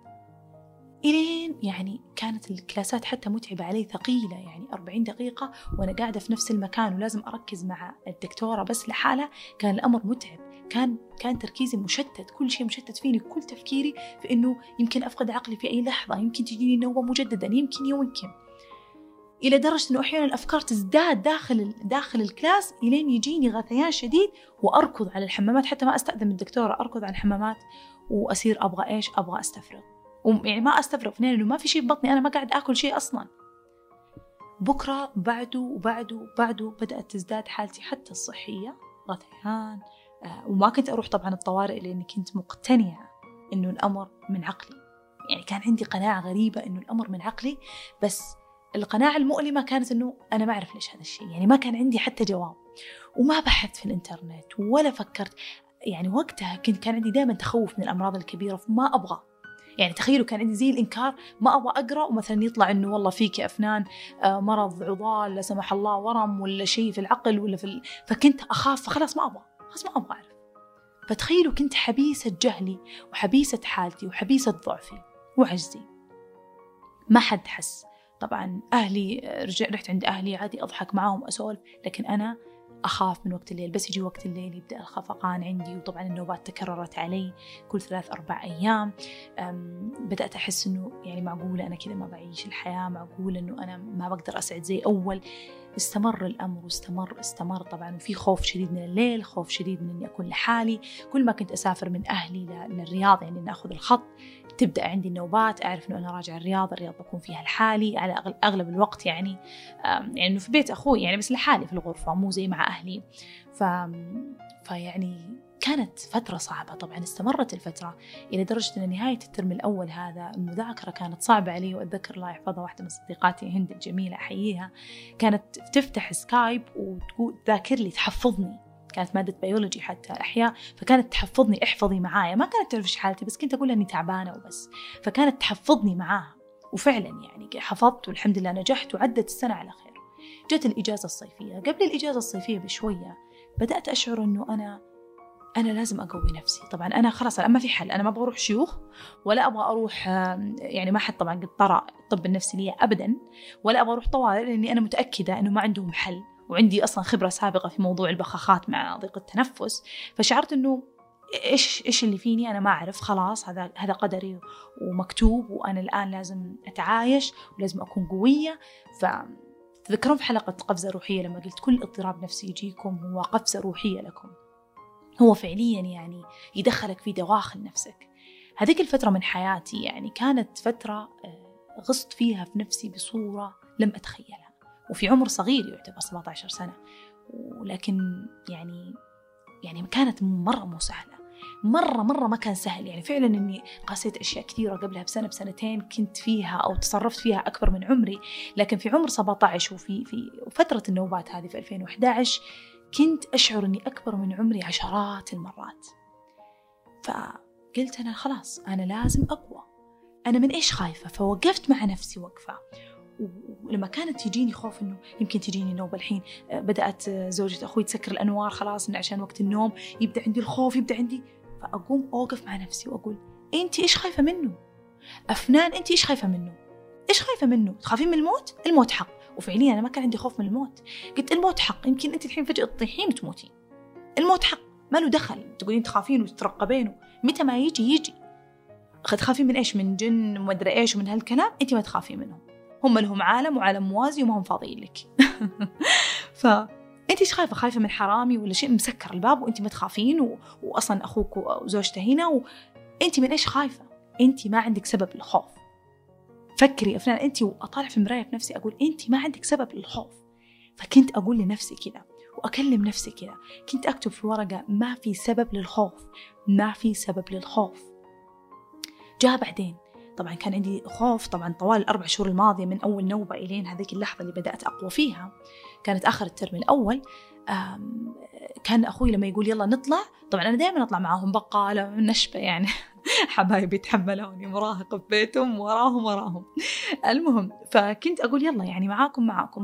إلين يعني كانت الكلاسات حتى متعبة علي، ثقيلة، يعني 40 دقيقة وأنا قاعدة في نفس المكان ولازم أركز مع الدكتورة بس لحالها. كان الأمر متعب، كان تركيزي مشتت، كل شيء مشتت فيني، كل تفكيري في إنه يمكن أفقد عقلي في أي لحظة، يمكن تجيني نوبة مجددا، يمكن إلى درجة إنه أحيانا الأفكار تزداد داخل الكلاس، إلين يجيني غثيان شديد وأركض على الحمامات، حتى ما أستأذن من الدكتورة، أركض على الحمامات وأصير أبغى أستفرغ. يعني ما أستفرغ اثنين، إنه ما في شيء ببطني، أنا ما قاعد أكل شيء أصلا. بكرة بعده بدأت تزداد حالتي حتى الصحية، غثيان. وما كنت أروح طبعا الطوارئ، لأني كنت مقتنعة إنه الأمر من عقلي. يعني كان عندي قناعة غريبة إنه الأمر من عقلي، بس القناعة المؤلمة كانت إنه أنا ما أعرف ليش هذا الشيء، يعني ما كان عندي حتى جواب، وما بحثت في الإنترنت ولا فكرت. يعني وقتها كان عندي دائما تخوف من الأمراض الكبيرة، فما أبغى. يعني تخيلوا كان عندي زي الإنكار، ما أبغى أقرأ ومثلا يطلع إنه والله فيك أفنان مرض عضال لا سمح الله، ورم ولا شيء في العقل ولا فكنت أخاف، فخلاص ما أبغى أعرف. فتخيلوا كنت حبيسة جهلي وحبيسة حالتي وحبيسة ضعفي وعجزي. ما حد حس. طبعا أهلي رحت عند أهلي عادي، أضحك معهم أسولف، لكن أنا أخاف من وقت الليل. بس يجي وقت الليل يبدأ الخفقان عندي، وطبعا النوبات تكررت علي كل 3-4 أيام. بدأت أحس إنه يعني معقولة أنا كذا ما بعيش الحياة، معقولة إنه أنا ما بقدر أسعد زي أول. استمر الأمر واستمر طبعا. وفي خوف شديد من الليل، خوف شديد من إني أكون لحالي. كل ما كنت أسافر من أهلي للرياض، يعني نأخذ الخط، تبدأ عندي النوبات. أعرف إنه أنا راجع الرياض بكون فيها لحالي على أغلب الوقت، يعني إنه في بيت أخوي يعني، بس لحالي في الغرفة، مو زي مع أهلي. فيعني كانت فترة صعبة. طبعا استمرت الفترة إلى درجة أن نهاية الترم الأول هذا المذاكرة كانت صعبة علي. وأتذكر الله يحفظها واحدة من صديقاتي هند الجميلة أحييها، كانت تفتح سكايب وتقول تذاكر لي، تحفظني، كانت مادة بيولوجي حتى أحياء، فكانت تحفظني احفظي معايا. ما كانت تعرف حالتي بس كنت أقول لها أني تعبانة وبس، فكانت تحفظني معاها. وفعلا يعني حفظت والحمد لله نجحت وعدت السنة على خير. جت الإجازة الصيفية. قبل الإجازة الصيفية بشوية بدأت أشعر أنه أنا لازم أقوي نفسي. طبعا أنا خلاص ما في حل، أنا ما أبغى أروح شيوخ ولا أبغى أروح يعني ما حد طبعا قد طرأ الطب النفسي لي أبدا، ولا أبغى أروح طوارئ لأني أنا متأكدة أنه ما عندهم حل، وعندي أصلا خبرة سابقة في موضوع البخاخات مع ضيق التنفس. فشعرت أنه إيش اللي فيني، أنا ما أعرف، خلاص هذا قدري ومكتوب، وأنا الآن لازم أتعايش ولازم أكون قوية. فتذكرون في حلقة قفزة روحية لما قلت كل اضطراب نفسي يجيكم هو قفزة روحية لكم، هو فعليا يعني يدخلك في دواخل نفسك. هذيك الفترة من حياتي يعني كانت فترة غصت فيها في نفسي بصورة لم أتخيلها، وفي عمر صغير يعتبر 17 سنة، ولكن يعني كانت مرة مو سهلة، مرة ما كان سهل. يعني فعلا إني قاسيت أشياء كثيرة قبلها بسنة بسنتين كنت فيها أو تصرفت فيها أكبر من عمري، لكن في عمر 17 وفي فترة النوبات هذه في 2011 كنت أشعر أني أكبر من عمري عشرات المرات. فقلت أنا خلاص أنا لازم أقوى، أنا من إيش خايفة؟ فوقفت مع نفسي وقفة. ولما كانت تجيني خوف أنه يمكن تجيني نوبة الحين، بدأت زوجة أخوي تسكر الأنوار خلاص إن عشان وقت النوم، يبدأ عندي الخوف، يبدأ عندي، فأقوم أوقف مع نفسي وأقول أنت إيش خايفة منه؟ أفنان أنت إيش خايفة منه؟ إيش خايفة منه؟ تخافين من الموت؟ الموت حق. وفعليا أنا ما كان عندي خوف من الموت، قلت الموت حق، يمكن أنت الحين فجأة تطيحين وتموتين، الموت حق ما له دخل، تقولين تخافين وتترقبين، متى ما يجي قد تخافين من إيش؟ من جن وما أدري إيش ومن هالكلام، أنت ما تخافين منهم، هم لهم عالم وعالم موازي وما هم فاضيين لك. فأنت إيش خايفة من حرامي ولا شيء مسكر الباب وأنت ما تخافين وأصلا أخوك وزوجته هنا وأنت من إيش خايفة؟ أنت ما عندك سبب للخوف. فكري أفنان أنت، وأطالع في المراية في نفسي أقول أنت ما عندك سبب للخوف. فكنت أقول لنفسي كذا وأكلم نفسي كذا، كنت أكتب في ورقة ما في سبب للخوف، ما في سبب للخوف. جاء بعدين طبعا كان عندي خوف طبعا طوال 4 شهور الماضية، من أول نوبة إلين هذيك اللحظة اللي بدأت أقوى فيها، كانت آخر الترم الأول. كان أخوي لما يقول يلا نطلع، طبعا أنا دائما أطلع معاهم بقالة نشبة يعني حبايبي يتحملوني، مراهقة في بيتهم وراهم. المهم فكنت أقول يلا يعني معاكم.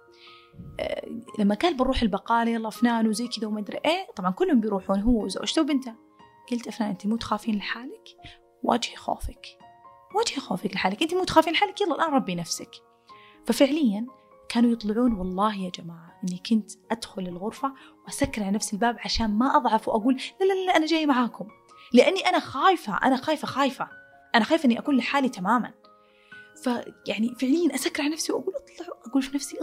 لما كان بنروح البقالة يلا أفنان وزي كذا وما أدري إيه، طبعا كلهم بيروحون هو وزوجته وبنته. قلت أفنان أنت مو تخافين لحالك، واجهي خوفك لحالك، أنت مو تخافين لحالك، يلا الآن ربي نفسك. ففعليا كانوا يطلعون، والله يا جماعة إني كنت أدخل الغرفة وأسكر على نفس الباب عشان ما أضعف وأقول لا أنا جاي معاكم، لأني أنا خايفة أنا خايفة إني أكون لحالي تماما. فيعني فعليا أسكر على نفسي وأقول أقول في نفسي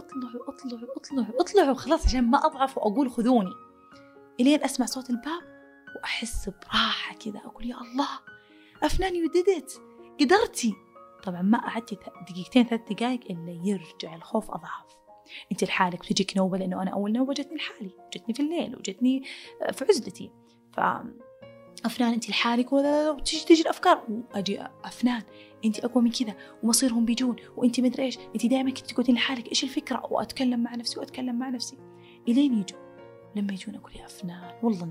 اطلعوا خلاص عشان ما أضعف وأقول خذوني، إلين أسمع صوت الباب وأحس براحة كذا، أقول يا الله أفنان يددت قدرتي. طبعا ما قعدت 2-3 دقائق إلا يرجع الخوف أضعاف. أنت لحالك بتجيك نوبة، لأنه أنا أول نوبة جتني لحالي، جتني في الليل وجتني في عزلتي. أفنان أنت لحالك وتجي الأفكار، وأجي أفنان أنت أقوى من كذا ومصيرهم بيجون وأنت مدري إيش، أنت دائما كنت تقولين لحالك إيش الفكرة، وأتكلم مع نفسي إلين يجوا. لما يجون أقول يا أفنان والله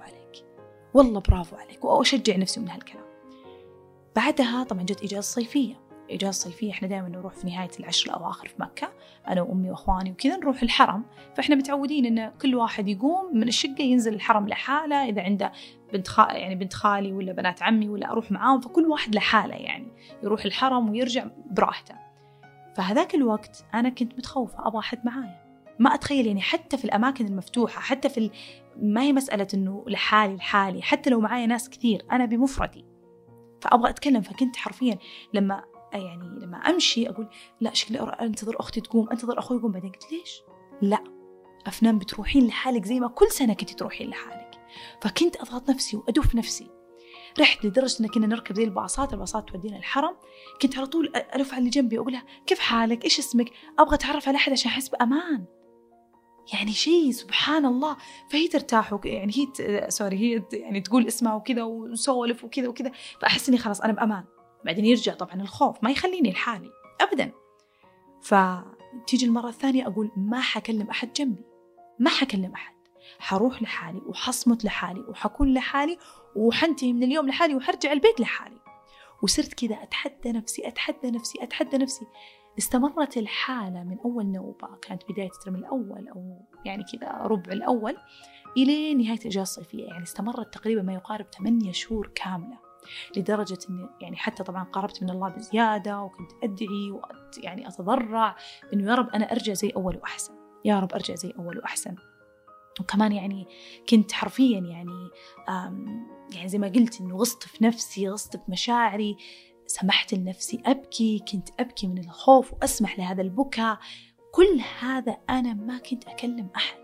برافو عليك وأشجع نفسي من هالكلام. بعدها طبعا جت إجازة صيفية. إحنا دائما نروح في نهاية العشر الأواخر في مكة، أنا وأمي وأخواني وكذا نروح الحرم. فإحنا متعودين إن كل واحد يقوم من الشقة ينزل الحرم لحاله، إذا عنده بنت خالي ولا بنات عمي ولا أروح معاهم، فكل واحد لحاله يعني يروح الحرم ويرجع براحته. فهذاك الوقت أنا كنت متخوفة، أبغى أحد معايا، ما أتخيل يعني حتى في الأماكن المفتوحة، حتى ما هي مسألة إنه لحالي، حتى لو معايا ناس كثير أنا بمفردي فأبغى أتكلم. فكنت حرفيا لما أمشي أقول لا شكلي أنتظر أختي تقوم، أنتظر أخوي يقوم. بعدين قلت ليش؟ لا أفنان بتروحين لحالك زي ما كل سنة كنت تروحين لحالك. فكنت أضغط نفسي وأدف نفسي. رحت لدرجة إن كنا نركب زي الباصات تودينا الحرم، كنت على طول ألف على اللي جنبي أقولها كيف حالك، إيش اسمك، أبغى أتعرف على أحد عشان أحس بأمان. يعني شيء سبحان الله. فهي ترتاح يعني هي يعني تقول اسمها وكذا وسولف وكذا وكذا، فأحس إني خلاص أنا بأمان. بعدين يرجع طبعا الخوف ما يخليني لحالي أبدا. فتيجي المرة الثانية أقول ما حكلم أحد جنبي، ما حكلم أحد، حروح لحالي وحصمت لحالي وحكون لحالي وحنتهي من اليوم لحالي وحرجع البيت لحالي. وصرت كذا أتحدى نفسي. استمرت الحالة من أول نوبة، كانت بداية الترم الأول أو يعني كذا ربع الأول، إلى نهاية الإجازة الصيفية. يعني استمرت تقريبا ما يقارب 8 شهور كاملة، لدرجة أني يعني حتى طبعا قربت من الله بزيادة، وكنت أدعي يعني أتضرع إنه يا رب أنا أرجع زي أول وأحسن، يا رب أرجع زي أول وأحسن. وكمان يعني كنت حرفيا يعني زي ما قلت إنه غصت في نفسي، غصت في مشاعري، سمحت لنفسي أبكي، كنت أبكي من الخوف وأسمح لهذا البكاء. كل هذا أنا ما كنت أكلم أحد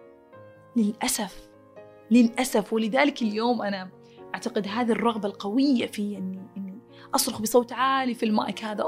للأسف. ولذلك اليوم أنا أعتقد هذه الرغبة القوية في إني أصرخ بصوت عالي في المايك هذا،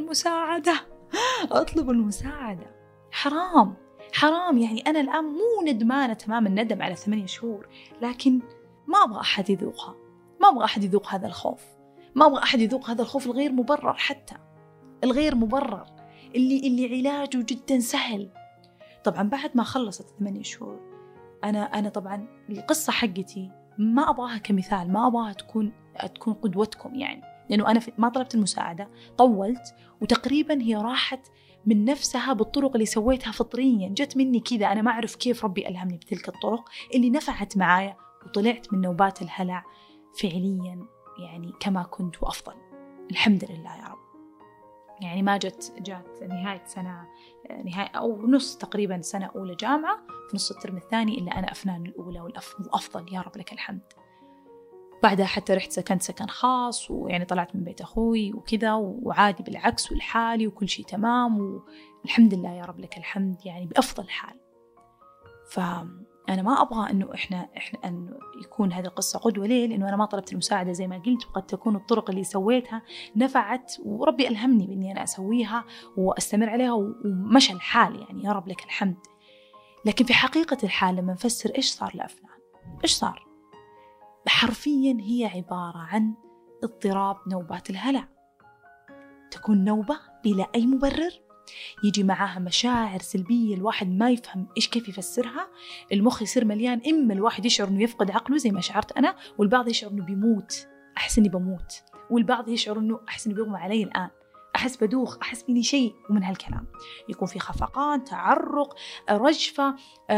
أطلب المساعدة. حرام يعني. أنا الآن مو ندمانة تمام الندم على 8 شهور، لكن ما أبغى أحد يذوقها، ما أبغى أحد يذوق هذا الخوف، ما أبغى أحد يذوق هذا الخوف الغير مبرر، حتى الغير مبرر اللي علاجه جدا سهل. طبعا بعد ما خلصت 8 شهور أنا طبعا القصة حقتي ما أبغاها كمثال، ما أبغاها تكون قدوتكم يعني، لأنه أنا ما طلبت المساعدة، طولت، وتقريبا هي راحت من نفسها بالطرق اللي سويتها فطريا، جت مني كذا. أنا ما أعرف كيف ربي ألهمني بتلك الطرق اللي نفعت معايا، وطلعت من نوبات الهلع فعليا يعني كما كنت وأفضل، الحمد لله يا رب. يعني ما جت نهاية سنة، نهاية أو نص تقريبا سنة أولى جامعة، في نص الترم الثاني إلا أنا أفنان الأولى وأفضل، يا رب لك الحمد. بعدها حتى رحت سكن خاص، ويعني طلعت من بيت أخوي وكذا، وعادي بالعكس والحالي وكل شيء تمام، والحمد لله يا رب لك الحمد، يعني بأفضل حال. فأنا ما أبغى إنه إحنا أنه يكون هذه القصة قدوة. ليه؟ لأنه أنا ما طلبت المساعدة زي ما قلت، وقد تكون الطرق اللي سويتها نفعت، وربي ألهمني بإني أنا أسويها وأستمر عليها، ومشى الحال يعني، يا رب لك الحمد. لكن في حقيقة الحال لما نفسر إيش صار لأفنان، إيش صار؟ حرفيا هي عبارة عن اضطراب نوبات الهلع. تكون نوبة بلا أي مبرر، يجي معاها مشاعر سلبية الواحد ما يفهم إيش كيف يفسرها، المخ يصير مليان. إما الواحد يشعر إنه يفقد عقله زي ما شعرت أنا، والبعض يشعر إنه بيموت، أحس إني بموت، والبعض يشعر إنه أحس إنه بيغمى علي الآن، أحس بدوخ، أحس بني شيء. ومن هالكلام يكون في خفقان، تعرق، رجفة،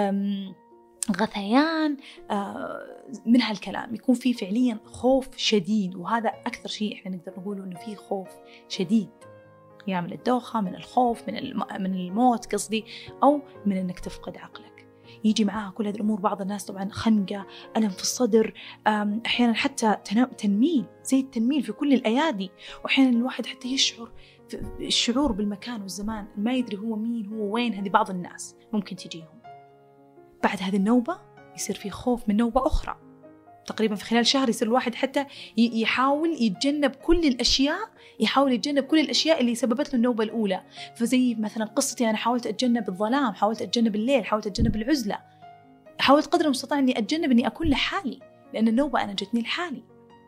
غثيان، من هالكلام. يكون في فعليا خوف شديد، وهذا أكثر شيء إحنا نقدر نقوله، إنه في خوف شديد، يا من الدوخة، من الخوف، من الموت قصدي، أو من إنك تفقد عقلك. يجي معاها كل هذه الأمور. بعض الناس طبعا خنقة، ألم في الصدر، أحيانا حتى تنميل، زي التنميل في كل الأيادي. وأحيانا الواحد حتى يشعر الشعور بالمكان والزمان، ما يدري هو مين، هو وين. هذه بعض الناس ممكن تجيهم. بعد هذه النوبة يصير في خوف من نوبة أخرى. تقريبا في خلال شهر يصير الواحد حتى يحاول يتجنب كل الأشياء اللي سببت له النوبة الأولى. فزي مثلا قصتي، أنا حاولت أتجنب الظلام، حاولت أتجنب الليل، حاولت أتجنب العزلة، حاولت قدر المستطاع أني أتجنب أني أكون لحالي، لأن النوبة أنا جتني لحالي.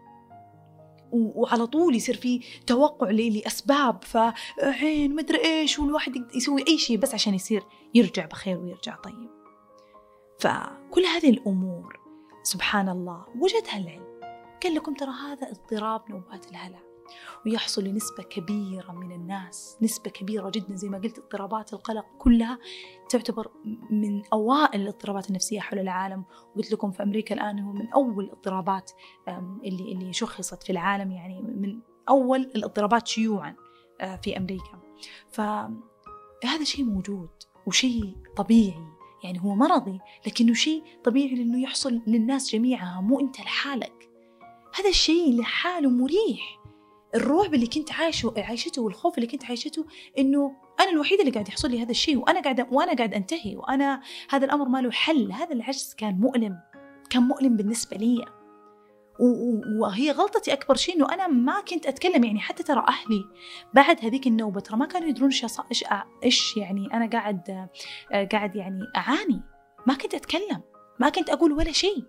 وعلى طول يصير في توقع لأسباب، فعين مدري إيش، والواحد يسوي أي شيء بس عشان يصير يرجع بخير ويرجع طيب. فكل هذه الأمور سبحان الله وجدها العلم، قال لكم ترى هذا اضطراب نوبات الهلع، ويحصل لنسبة كبيرة من الناس، نسبة كبيرة جدا. زي ما قلت اضطرابات القلق كلها تعتبر من أوائل الاضطرابات النفسية حول العالم. وقلت لكم في أمريكا الآن هو من أول الاضطرابات اللي شخصت في العالم، يعني من أول الاضطرابات شيوعا في أمريكا. فهذا شيء موجود وشيء طبيعي، يعني هو مرضي لكنه شيء طبيعي لأنه يحصل للناس جميعها، مو أنت لحالك. هذا الشيء لحاله مريح. الرعب اللي كنت عايشته والخوف اللي كنت عايشته إنه أنا الوحيدة اللي قاعد يحصل لي هذا الشيء، وأنا قاعد أنتهي، وأنا هذا الأمر ما له حل. هذا العجز كان مؤلم بالنسبة لي. وهي غلطتي أكبر شيء إنه أنا ما كنت أتكلم. يعني حتى ترى أهلي بعد هذيك النوبة ترى ما كانوا يدرون إيش يعني أنا قاعد يعني أعاني. ما كنت أتكلم، ما كنت أقول ولا شيء.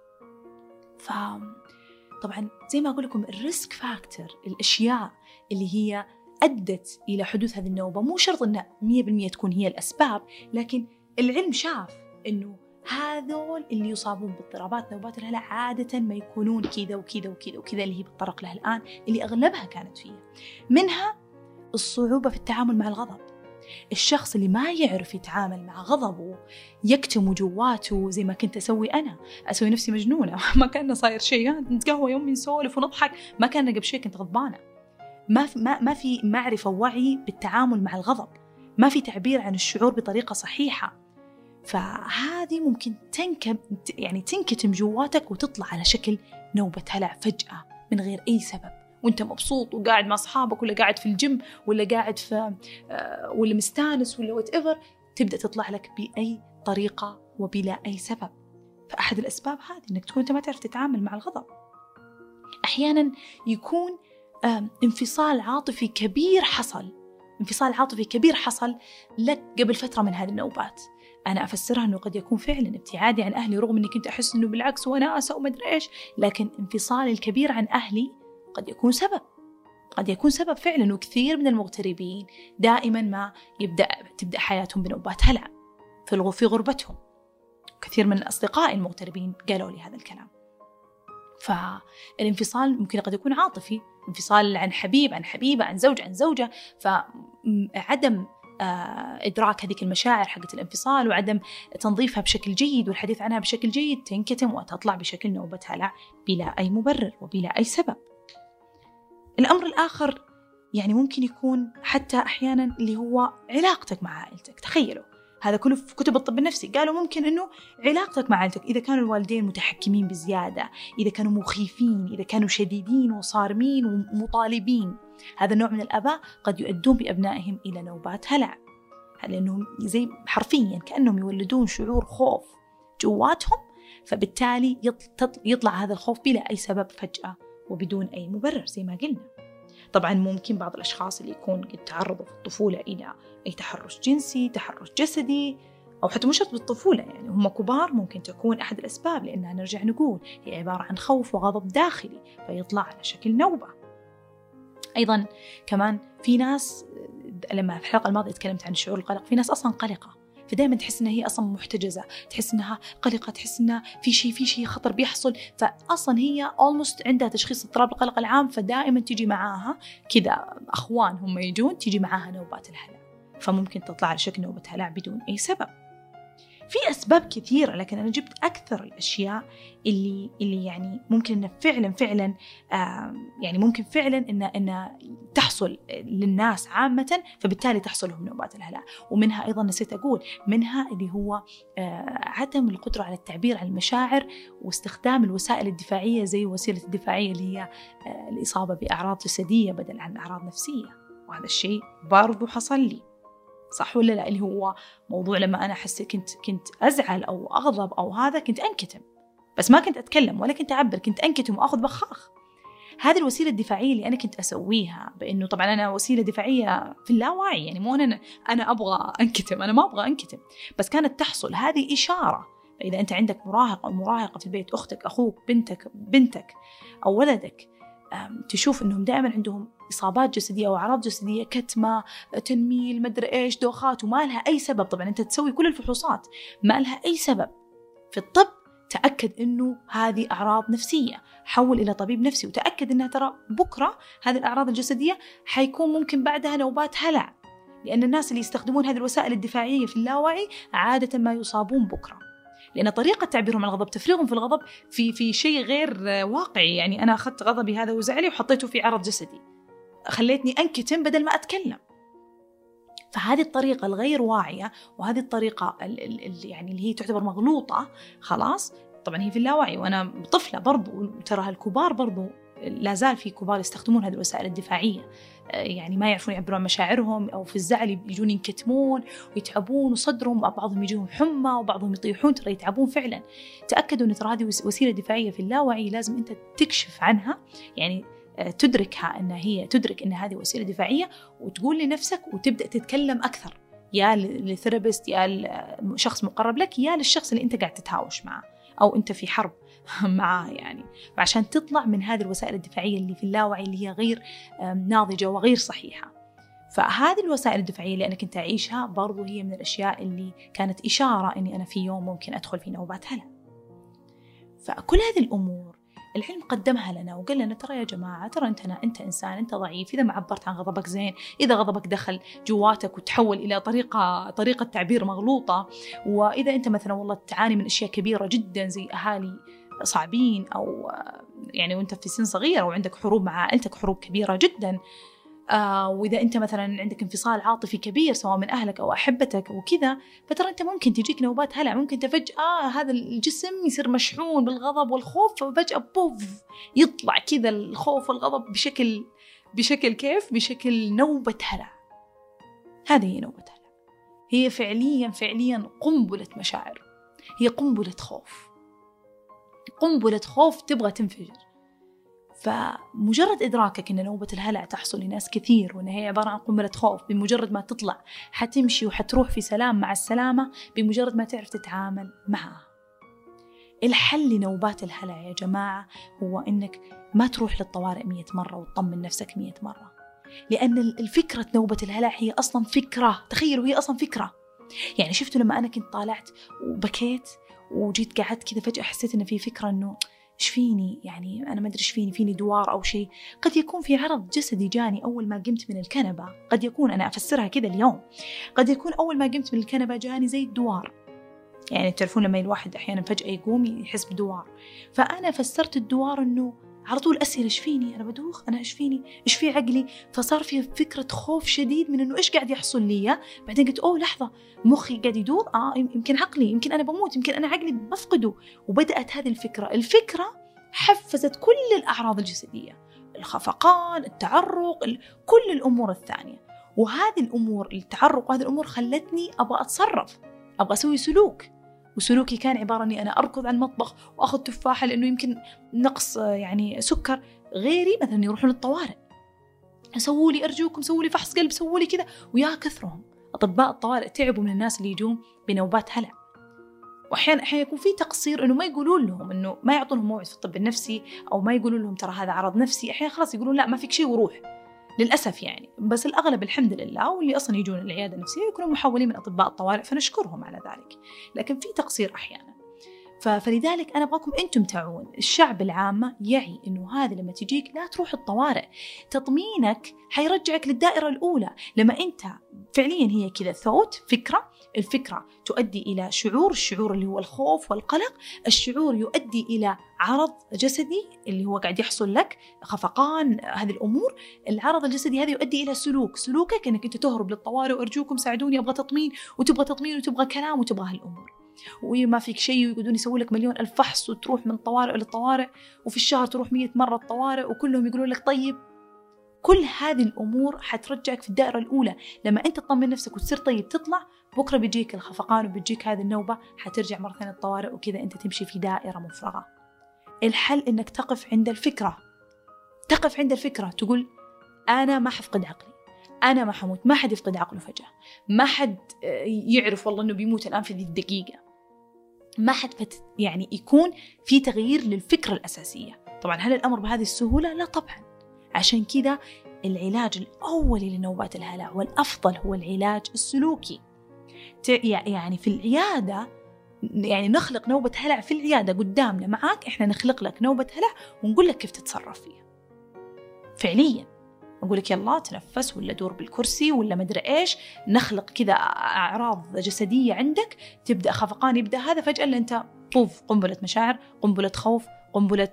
فطبعا زي ما أقول لكم الريسك فاكتور، الأشياء اللي هي أدت إلى حدوث هذه النوبة مو شرط أنها 100% تكون هي الأسباب، لكن العلم شاف أنه هذول اللي يصابون باضطرابات نوبات الهلع عادة ما يكونون كذا وكذا وكذا وكذا اللي هي بتطرق لها الآن، اللي أغلبها كانت فيها. منها الصعوبة في التعامل مع الغضب. الشخص اللي ما يعرف يتعامل مع غضبه يكتم جواته زي ما كنت أسوي نفسي مجنونة ما كان صاير شيء، نتقهوى يوم نسولف ونضحك، ما كان قبل شيء كنت غضبانة. ما في معرفة ووعي بالتعامل مع الغضب، ما في تعبير عن الشعور بطريقة صحيحة. فهذه ممكن تنكتم جواتك وتطلع على شكل نوبة هلع فجأة من غير أي سبب، وانت مبسوط وقاعد مع أصحابك ولا قاعد في الجيم ولا قاعد في ولا مستانس ولا whatever، تبدأ تطلع لك بأي طريقة وبلا أي سبب. فأحد الأسباب هذه إنك تكون أنت ما تعرف تتعامل مع الغضب. أحيانا يكون انفصال عاطفي كبير حصل لك قبل فترة من هذه النوبات. أنا أفسرها أنه قد يكون فعلا ابتعادي عن أهلي، رغم أني كنت أحس أنه بالعكس وناسة وما أدري إيش، لكن انفصالي الكبير عن أهلي قد يكون سبب فعلا. وكثير من المغتربين دائما ما تبدأ حياتهم بنوبات هلع في غربتهم. كثير من أصدقائي المغتربين قالوا لي هذا الكلام. فالانفصال ممكن قد يكون عاطفي، انفصال عن حبيب، عن حبيبة، عن زوج، عن زوجة. فعدم إدراك هذه المشاعر حقت الانفصال وعدم تنظيفها بشكل جيد والحديث عنها بشكل جيد تنكتم وتطلع بشكل نوبة هلع بلا أي مبرر وبلا أي سبب. الأمر الآخر يعني ممكن يكون حتى أحيانا اللي هو علاقتك مع عائلتك. تخيلوا هذا كله في كتب الطب النفسي، قالوا ممكن أنه علاقتك مع عائلتك إذا كانوا الوالدين متحكمين بزيادة، إذا كانوا مخيفين، إذا كانوا شديدين وصارمين ومطالبين، هذا النوع من الآباء قد يؤدون بأبنائهم إلى نوبات هلع، لأنهم زي حرفيا كأنهم يولدون شعور خوف جواتهم، فبالتالي يطلع هذا الخوف بلا أي سبب فجأة وبدون أي مبرر زي ما قلنا. طبعا ممكن بعض الأشخاص اللي يكون قد تعرضوا في الطفولة إلى أي تحرش جنسي، تحرش جسدي، أو حتى مش شرط بالطفولة، يعني هم كبار ممكن تكون أحد الأسباب، لأنها نرجع نقول هي عبارة عن خوف وغضب داخلي فيطلع على شكل نوبة. أيضا كمان في ناس، لما في الحلقة الماضية تكلمت عن شعور القلق، في ناس أصلا قلقة فدائما تحس إنها هي أصلا محتجزة، تحس إنها قلقة، تحس إنها في شيء خطر بيحصل، فأصلا هي almost عندها تشخيص اضطراب القلق العام، فدائما تيجي معاها كذا أخوان هم يجون تيجي معاها نوبات الهلع، فممكن تطلع على شكل نوبة هلع بدون أي سبب. في أسباب كثيرة، لكن أنا جبت أكثر الأشياء اللي يعني ممكن إن فعلا يعني ممكن فعلا إن تحصل للناس عامة، فبالتالي تحصل لهم نوبات الهلع. ومنها أيضا نسيت أقول، منها اللي هو عدم القدرة على التعبير عن المشاعر واستخدام الوسائل الدفاعية زي وسيلة الدفاعية اللي هي الإصابة بأعراض جسدية بدل عن أعراض نفسية. وهذا الشيء برضو حصل لي، صح ولا لا؟ اللي هو موضوع لما أنا حسيت كنت أزعل أو أغضب أو هذا كنت أنكتم، بس ما كنت أتكلم ولا كنت أعبر، كنت أنكتم وأخذ بخاخ. هذه الوسيلة الدفاعية اللي أنا كنت أسويها، بأنه طبعا أنا وسيلة دفاعية في اللاوعي، يعني مو أنا أبغى أنكتم، أنا ما أبغى أنكتم، بس كانت تحصل هذه إشارة. فإذا أنت عندك مراهق أو مراهقة في البيت، أختك، أخوك، بنتك أو ولدك، تشوف أنهم دائما عندهم إصابات جسدية أو أعراض جسدية، كتمة، تنميل، مدري إيش، دوخات، وما لها أي سبب. طبعا أنت تسوي كل الفحوصات ما لها أي سبب في الطب، تأكد أنه هذه أعراض نفسية، حول إلى طبيب نفسي وتأكد أنها ترى بكرة هذه الأعراض الجسدية حيكون ممكن بعدها نوبات هلع، لأن الناس اللي يستخدمون هذه الوسائل الدفاعية في اللاوعي عادة ما يصابون بكرة، لأن طريقة تعبيرهم عن الغضب، تفريغهم في الغضب في شيء غير واقعي. يعني أنا أخذت غضبي هذا وزعلي وحطيته في عرض جسدي، خليتني أنكتم بدل ما أتكلم. فهذه الطريقة الغير واعية، وهذه الطريقة يعني اللي هي تعتبر مغلوطة خلاص، طبعا هي في اللاوعي، وأنا طفلة برضو، ترى الكبار برضو لا زال في كبار يستخدمون هذه الوسائل الدفاعية، يعني ما يعرفون يعبرون عن مشاعرهم، أو في الزعل يجون ينكتمون ويتعبون وصدرهم، بعضهم يجيهم حمى وبعضهم يطيحون، ترى يتعبون فعلا. تأكدوا أن ترى هذه وسيلة دفاعية في اللاوعي، لازم أنت تكشف عنها، يعني تدركها، أن هي تدرك أن هذه وسيلة دفاعية، وتقول لنفسك وتبدأ تتكلم أكثر، يا للثيرابيست، يا لشخص مقرب لك، يا للشخص اللي أنت قاعد تتهاوش معه أو أنت في حرب معاه يعني، عشان تطلع من هذه الوسائل الدفاعية اللي في اللاوعي اللي هي غير ناضجة وغير صحيحة. فهذه الوسائل الدفاعية اللي أنا كنت أعيشها برضو هي من الأشياء اللي كانت إشارة أني أنا في يوم ممكن أدخل في نوبات هلع. فكل هذه الأمور العلم قدمها لنا وقال لنا ترى يا جماعة، ترى أنت إنسان، أنت ضعيف إذا ما عبرت عن غضبك زين، إذا غضبك دخل جواتك وتحول إلى طريقة تعبير مغلوطة، وإذا أنت مثلا والله تعاني من أشياء كبيرة جدا زي أهالي صعبين، أو يعني وأنت في سن صغير وعندك حروب مع عائلتك، حروب كبيرة جدا، وإذا أنت مثلا عندك انفصال عاطفي كبير سواء من أهلك أو أحبتك وكذا، فترى أنت ممكن تجيك نوبات هلع، ممكن فجأة هذا الجسم يصير مشحون بالغضب والخوف، ففجأة بوف يطلع كذا الخوف والغضب بشكل كيف؟ بشكل نوبة هلع. هذه هي نوبة هلع، هي فعليا قنبلة مشاعر، هي قنبلة خوف تبغى تنفجر. فمجرد إدراكك أن نوبة الهلع تحصل لناس كثير، وأن هي عبارة عن قنبلة خوف، بمجرد ما تطلع حتمشي وحتروح في سلام مع السلامة، بمجرد ما تعرف تتعامل معها. الحل لنوبات الهلع يا جماعة هو أنك ما تروح للطوارئ 100 مرة وتطمن نفسك 100 مرة، لأن الفكرة نوبة الهلع هي أصلا فكرة، تخيلوا هي أصلا فكرة. يعني شفتوا لما أنا كنت طالعت وبكيت وجيت قعدت كذا، فجأة حسيت أن في فكرة أنه إيش فيني، يعني أنا ما أدري إيش فيني دوار أو شيء. قد يكون في عرض جسدي جاني أول ما قمت من الكنبة، قد يكون أنا أفسرها كذا اليوم، قد يكون أول ما قمت من الكنبة جاني زي الدوار. يعني تعرفون لما الواحد أحيانا فجأة يقوم يحس بدوار، فأنا فسرت الدوار أنه على طول أسئلة إيش فيني، أنا بدوخ، أنا إيش فيني، إيش في عقلي. فصار في فكرة خوف شديد من أنه إيش قاعد يحصل لي. بعدين قلت أوه لحظة، مخي قاعد يدور، يمكن عقلي، يمكن أنا بموت، يمكن أنا عقلي بفقده. وبدأت هذه الفكرة حفزت كل الأعراض الجسدية، الخفقان، التعرق، كل الأمور الثانية. وهذه الأمور، التعرق وهذه الأمور خلتني أبغى أتصرف، أبغى أسوي سلوك. وسلوكي كان عبارة أني أنا أركض على المطبخ وأخذ تفاحة لأنه يمكن نقص يعني سكر. غيري مثلا يروحون للطوارئ، سووا لي أرجوكم، سووا لي فحص قلب، سووا لي كذا. ويا كثرهم أطباء الطوارئ تعبوا من الناس اللي يجون بنوبات هلع. وأحيانا يكون في تقصير إنه ما يقولون لهم، إنه ما يعطونهم موعد في الطب النفسي، أو ما يقولون لهم ترى هذا عرض نفسي. أحيانا خلاص يقولون لا ما فيك شيء وروح، للأسف يعني. بس الأغلب الحمد لله، واللي أصلا يجون العيادة النفسية يكونوا محولين من أطباء الطوارئ، فنشكرهم على ذلك. لكن في تقصير أحيانا. فلذلك أنا أبغاكم أنتم تعون الشعب العامة يعي إنه هذا لما تجيك لا تروح الطوارئ، تطمينك حيرجعك للدائرة الأولى. لما أنت فعليا هي كذا ثوت، الفكرة تؤدي إلى الشعور اللي هو الخوف والقلق، الشعور يؤدي إلى عرض جسدي اللي هو قاعد يحصل لك، خفقان، هذه الأمور. العرض الجسدي هذا يؤدي إلى سلوكك أنك أنت تهرب للطوارئ، وأرجوكم ساعدوني، أبغى تطمين، وتبغى كلام، وتبغى هالأمور، وما فيك شيء، ويقعدون يسوي لك مليون ألف فحص، وتروح من طوارئ للطوارئ، وفي الشهر تروح 100 مرة الطوارئ، وكلهم يقولون لك طيب. كل هذه الأمور حترجعك في الدائرة الأولى. لما أنت تطمن نفسك وتصير طيب، تطلع بكرة بيجيك الخفقان وبيجيك هذه النوبة، حترجع مرة ثانية الطوارئ، وكذا أنت تمشي في دائرة مفرغة. الحل إنك تقف عند الفكرة، تقول أنا ما حفقد عقلي، أنا ما حموت، ما حد يفقد عقله فجأة، ما حد يعرف والله إنه بيموت الآن في ذي الدقيقة، ما حد يعني يكون في تغيير للفكرة الأساسية. طبعا هل الأمر بهذه السهولة؟ لا طبعا. عشان كذا العلاج الأولي لنوبات الهلع والأفضل هو العلاج السلوكي. يعني في العيادة، يعني نخلق نوبة هلع في العيادة قدامنا معاك، إحنا نخلق لك نوبة هلع ونقول لك كيف تتصرف فيها فعليا. نقول لك يلا تنفس، ولا دور بالكرسي، ولا مدري إيش، نخلق كذا أعراض جسدية عندك، تبدأ خفقان، يبدأ هذا فجأة اللي أنت بوف، قنبلة مشاعر، قنبلة خوف، قنبلة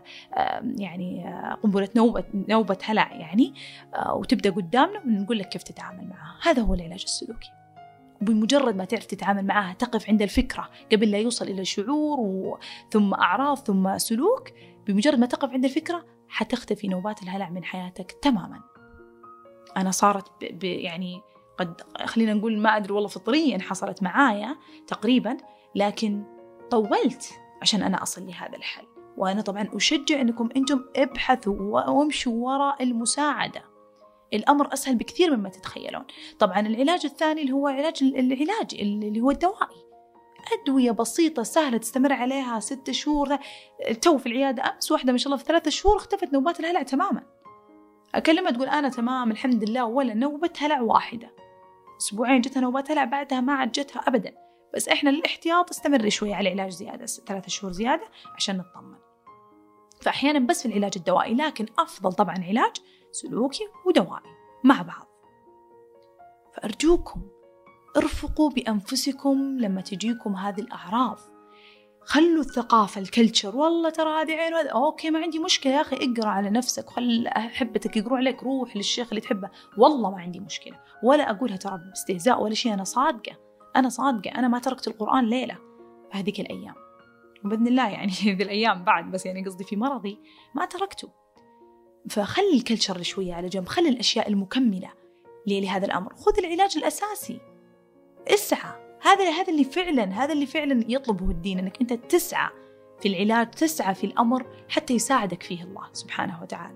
قنبلة نوبة هلع يعني، وتبدأ قدامنا ونقول لك كيف تتعامل معها. هذا هو العلاج السلوكي. وبمجرد ما تعرف تتعامل معها، تقف عند الفكرة قبل لا يوصل إلى شعور ثم أعراض ثم سلوك. بمجرد ما تقف عند الفكرة حتختفي نوبات الهلع من حياتك تماما. أنا صارت يعني قد خلينا نقول ما أدري والله فطريا حصلت معايا تقريبا، لكن طولت عشان أنا أصل لهذا الحل. وأنا طبعا أشجع أنكم أنتم ابحثوا وامشوا وراء المساعدة. الأمر أسهل بكثير مما تتخيلون. طبعا العلاج الثاني اللي هو العلاج اللي هو الدوائي، أدوية بسيطة سهلة تستمر عليها 6 شهور. تو في العيادة أمس واحدة ما شاء الله في 3 شهور اختفت نوبات الهلع تماما. أكلمها تقول أنا تمام الحمد لله، ولا نوبة هلع واحدة. أسبوعين جتها نوبات هلع، بعدها ما عاد جتها أبدا. بس إحنا للاحتياط استمر شوي على علاج زيادة 3 شهور زيادة عشان نطمن. فأحيانا بس في العلاج الدوائي، لكن أفضل طبعا علاج سلوكي ودوائي مع بعض. فأرجوكم ارفقوا بأنفسكم لما تجيكم هذه الأعراض. خلوا الثقافة الكلتشر، والله ترى هذه عين وهذا أوكي ما عندي مشكلة يا أخي، اقرأ على نفسك وخل أحبتك يقرأوا عليك، روح للشيخ اللي تحبه، والله ما عندي مشكلة. ولا أقولها ترى باستهزاء ولا شيء، أنا صادقة، أنا ما تركت القرآن ليلة هذيك الأيام، وبإذن الله يعني ذي الأيام بعد، بس يعني قصدي في مرضي ما تركته. فخلي الكلتشر شوية على جنب، خلي الأشياء المكملة لهذا الأمر. خذ العلاج الأساسي، اسعى. هذا اللي فعلا يطلبه الدين، أنك أنت تسعى في العلاج، تسعى في الأمر حتى يساعدك فيه الله سبحانه وتعالى.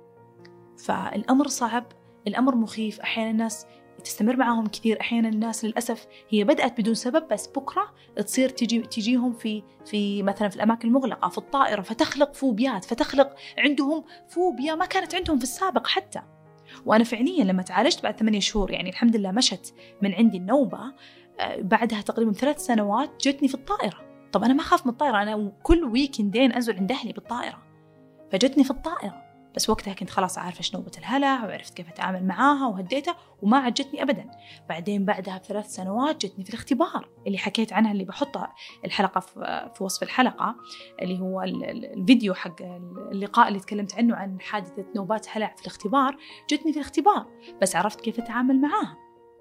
فالأمر صعب، الأمر مخيف، أحيانا الناس تستمر معهم كثير، أحيانا الناس للأسف هي بدأت بدون سبب، بس بكرة تصير تجيهم في مثلا في الأماكن المغلقة، في الطائرة، فتخلق فوبيات، فتخلق عندهم فوبيا ما كانت عندهم في السابق حتى. وأنا فعليا لما تعالجت بعد 8 شهور يعني الحمد لله مشت من عندي النوبة، بعدها تقريبا 3 سنوات جتني في الطائرة. طب أنا ما خاف من الطائرة، أنا كل ويكندين أنزل عند أهلي بالطائرة، فجتني في الطائرة. بس وقتها كنت خلاص عارفة إيش نوبة الهلع، وعرفت كيف أتعامل معاها وهديتها، وما عاد جتني أبدا. بعدين بعدها ب3 سنوات جتني في الاختبار اللي حكيت عنها، اللي بحطها الحلقة في وصف الحلقة، اللي هو الفيديو حق اللقاء اللي تكلمت عنه عن حادثة نوبات هلع في الاختبار. جتني في الاختبار بس عرفت كيف أتعامل معاها.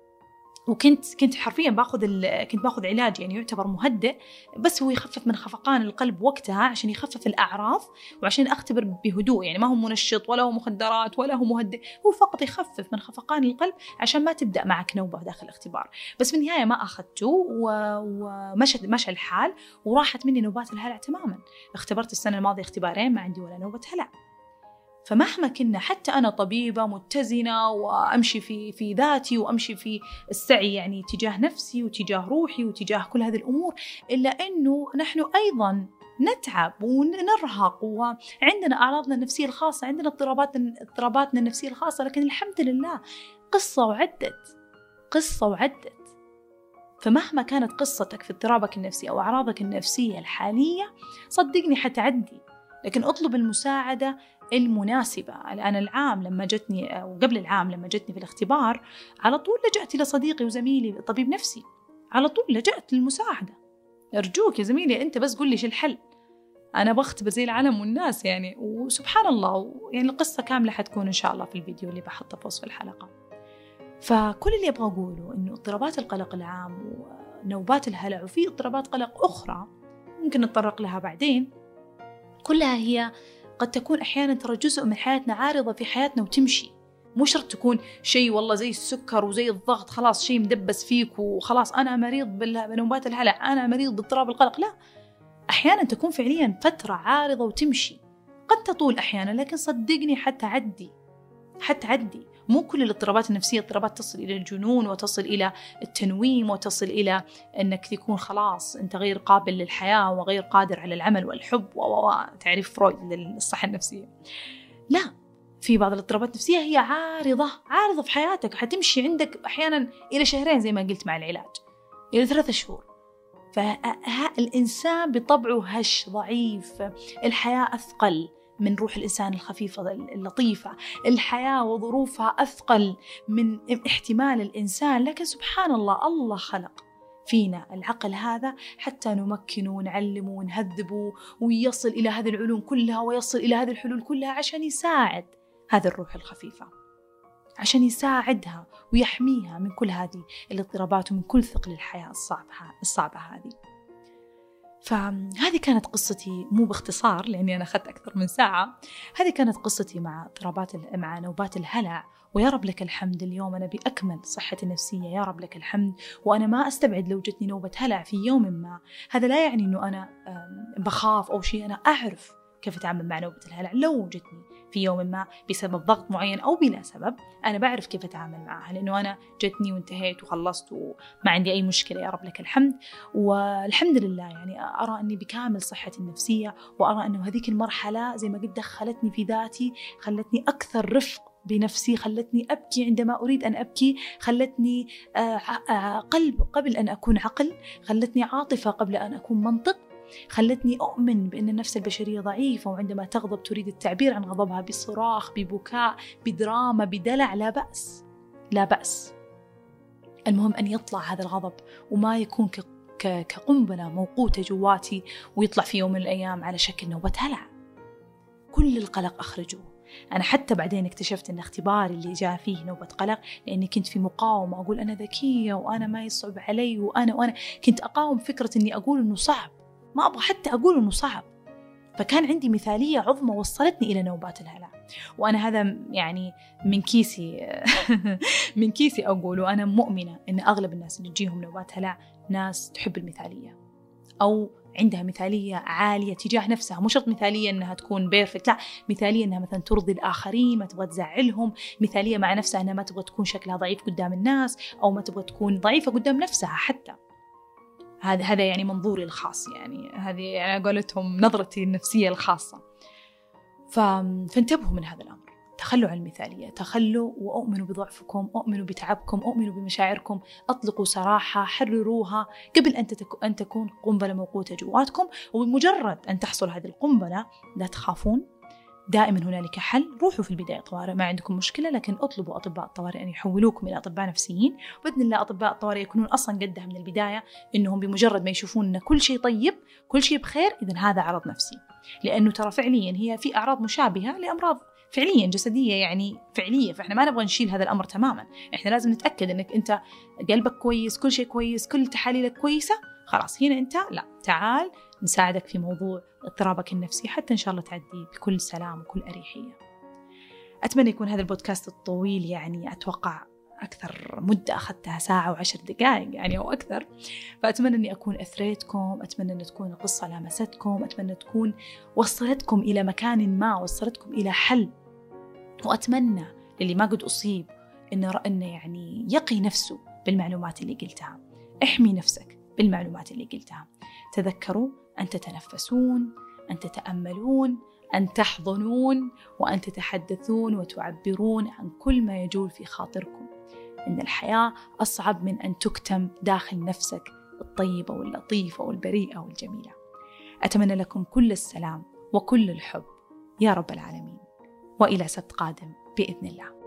وكنت حرفيا باخذ علاج يعني يعتبر مهدئ، بس هو يخفف من خفقان القلب وقتها عشان يخفف الأعراض، وعشان أختبر بهدوء، يعني ما هو منشط ولا هو مخدرات ولا هو مهدئ، هو فقط يخفف من خفقان القلب عشان ما تبدأ معك نوبة داخل الاختبار. بس في النهاية ما أخذته ومشى الحال، وراحت مني نوبات الهلع تماما. اختبرت السنة الماضية اختبارين ما عندي ولا نوبة هلع. فمهما كنا، حتى أنا طبيبة متزنة وأمشي في ذاتي وأمشي في السعي يعني تجاه نفسي وتجاه روحي وتجاه كل هذه الأمور، إلا أنه نحن أيضا نتعب ونرهق، وعندنا أعراضنا النفسية الخاصة، عندنا اضطراباتنا النفسية الخاصة. لكن الحمد لله قصة وعدت. فمهما كانت قصتك في اضطرابك النفسي أو أعراضك النفسية الحالية، صدقني حتعدي، لكن اطلب المساعدة المناسبة. أنا العام لما جتني، أو قبل العام لما جتني في الاختبار، على طول لجأت إلى صديقي وزميلي طبيب نفسي، على طول لجأت للمساعدة. أرجوك يا زميلي أنت بس قل لي شو الحل، أنا بختبر زي العالم والناس يعني. وسبحان الله يعني القصة كاملة حتكون إن شاء الله في الفيديو اللي بحطه في وصف الحلقة. فكل اللي أبغى أقوله إنه اضطرابات القلق العام ونوبات الهلع، وفي اضطرابات قلق أخرى ممكن نتطرق لها بعدين، كلها هي قد تكون أحيانا ترى جزء من حياتنا، عارضة في حياتنا وتمشي. مو شرط تكون شيء والله زي السكر وزي الضغط خلاص شيء مدبس فيك وخلاص أنا مريض بنوبات الهلع، أنا مريض باضطراب القلق. لا، أحيانا تكون فعليا فترة عارضة وتمشي، قد تطول أحيانا، لكن صدقني حتعدي. مو كل الاضطرابات النفسية اضطرابات تصل إلى الجنون وتصل إلى التنويم وتصل إلى أنك تكون خلاص أنت غير قابل للحياة وغير قادر على العمل والحب تعريف فرويد للصحة النفسية. لا، في بعض الاضطرابات النفسية هي عارضة في حياتك، حتمشي عندك أحيانا إلى 2 شهر زي ما قلت مع العلاج، إلى 3 شهور. فالإنسان بطبعه هش ضعيف، الحياة أثقل من روح الإنسان الخفيفة اللطيفة، الحياة وظروفها أثقل من احتمال الإنسان. لكن سبحان الله خلق فينا العقل هذا حتى نمكنه ونعلمه ونهذبه ويصل إلى هذه العلوم كلها ويصل إلى هذه الحلول كلها، عشان يساعد هذه الروح الخفيفة، عشان يساعدها ويحميها من كل هذه الاضطرابات ومن كل ثقل الحياة الصعبة هذه. فهذه كانت قصتي، مو باختصار لأني أنا أخذت أكثر من ساعة. هذه كانت قصتي مع مع نوبات الهلع. ويا رب لك الحمد اليوم أنا بأكمل صحتي النفسية، يا رب لك الحمد. وأنا ما أستبعد لو جتني نوبة هلع في يوم ما، هذا لا يعني أنه أنا بخاف أو شيء، أنا أعرف كيف أتعامل مع نوبة الهلع. لو جتني في يوم ما بسبب ضغط معين أو بلا سبب، أنا بعرف كيف أتعامل معها، لأنه أنا جتني وانتهيت وخلصت وما عندي أي مشكلة، يا رب لك الحمد. والحمد لله يعني أرى أني بكامل صحتي النفسية، وأرى أنه هذيك المرحلة زي ما قلت دخلتني في ذاتي، خلتني أكثر رفق بنفسي، خلتني أبكي عندما أريد أن أبكي، خلتني قلب قبل أن أكون عقل، خلتني عاطفة قبل أن أكون منطق، خلتني أؤمن بأن النفس البشرية ضعيفة، وعندما تغضب تريد التعبير عن غضبها بصراخ، ببكاء، بدراما، بدلع. لا بأس، لا بأس. المهم أن يطلع هذا الغضب وما يكون كقنبلة موقوتة جواتي ويطلع في يوم من الأيام على شكل نوبة هلع. كل القلق أخرجوه. أنا حتى بعدين اكتشفت أن اختباري اللي جاء فيه نوبة قلق لأني كنت في مقاومة، أقول أنا ذكية وأنا ما يصعب علي، وأنا كنت أقاوم فكرة أني أقول أنه صعب، ما أبغى حتى أقول أنه صعب. فكان عندي مثالية عظمى وصلتني إلى نوبات الهلع. وأنا هذا يعني من كيسي من كيسي أقول، وأنا مؤمنة أن أغلب الناس اللي تجيهم نوبات هلع ناس تحب المثالية، أو عندها مثالية عالية تجاه نفسها. مو شرط مثالية أنها تكون بيرفكت، لا، مثالية أنها مثلا ترضي الآخرين، ما تبغى تزعلهم، مثالية مع نفسها أنها ما تبغى تكون شكلها ضعيف قدام الناس، أو ما تبغى تكون ضعيفة قدام نفسها حتى. هذا يعني منظوري الخاص، يعني هذه يعني قولتهم نظرتي النفسية الخاصة. فانتبهوا من هذا الأمر، تخلوا عن المثالية، تخلوا وأؤمنوا بضعفكم، أؤمنوا بتعبكم، أؤمنوا بمشاعركم، أطلقوا صراحة، حرروها قبل أن تكون قنبلة موقوتة جواتكم. وبمجرد أن تحصل هذه القنبلة لا تخافون، دائما هنالك حل. روحوا في البداية طوارئ، ما عندكم مشكلة، لكن اطلبوا أطباء الطوارئ أن يحولوكم إلى أطباء نفسيين. وبإذن الله أطباء الطوارئ يكونون أصلا قدها من البداية، إنهم بمجرد ما يشوفون أن كل شيء طيب، كل شيء بخير، إذن هذا عرض نفسي. لأنه ترى فعليا هي في أعراض مشابهة لأمراض فعليا جسدية يعني فعلية، فإحنا ما نبغى نشيل هذا الأمر تماما. إحنا لازم نتأكد أنك أنت قلبك كويس، كل شيء كويس، كل تحاليلك كويسة، خلاص هنا أنت لا، تعال نساعدك في موضوع اضطرابك النفسي حتى إن شاء الله تعدي بكل سلام وكل أريحية. أتمنى يكون هذا البودكاست الطويل، يعني أتوقع أكثر مدة أخذتها 1 ساعة و10 دقائق يعني أو أكثر، فأتمنى أني أكون أثريتكم، أتمنى أن تكون القصة لامستكم، أتمنى تكون وصلتكم إلى مكان ما، وصلتكم إلى حل. وأتمنى للي ما قد أصيب إنه يعني يقي نفسه بالمعلومات اللي قلتها. احمي نفسك بالمعلومات اللي قلتها. تذكروا أن تتنفسون، أن تتأملون، أن تحضنون، وأن تتحدثون وتعبرون عن كل ما يجول في خاطركم. إن الحياة أصعب من أن تكتم داخل نفسك الطيبة واللطيفة والبريئة والجميلة. أتمنى لكم كل السلام وكل الحب يا رب العالمين، وإلى سبت قادم بإذن الله.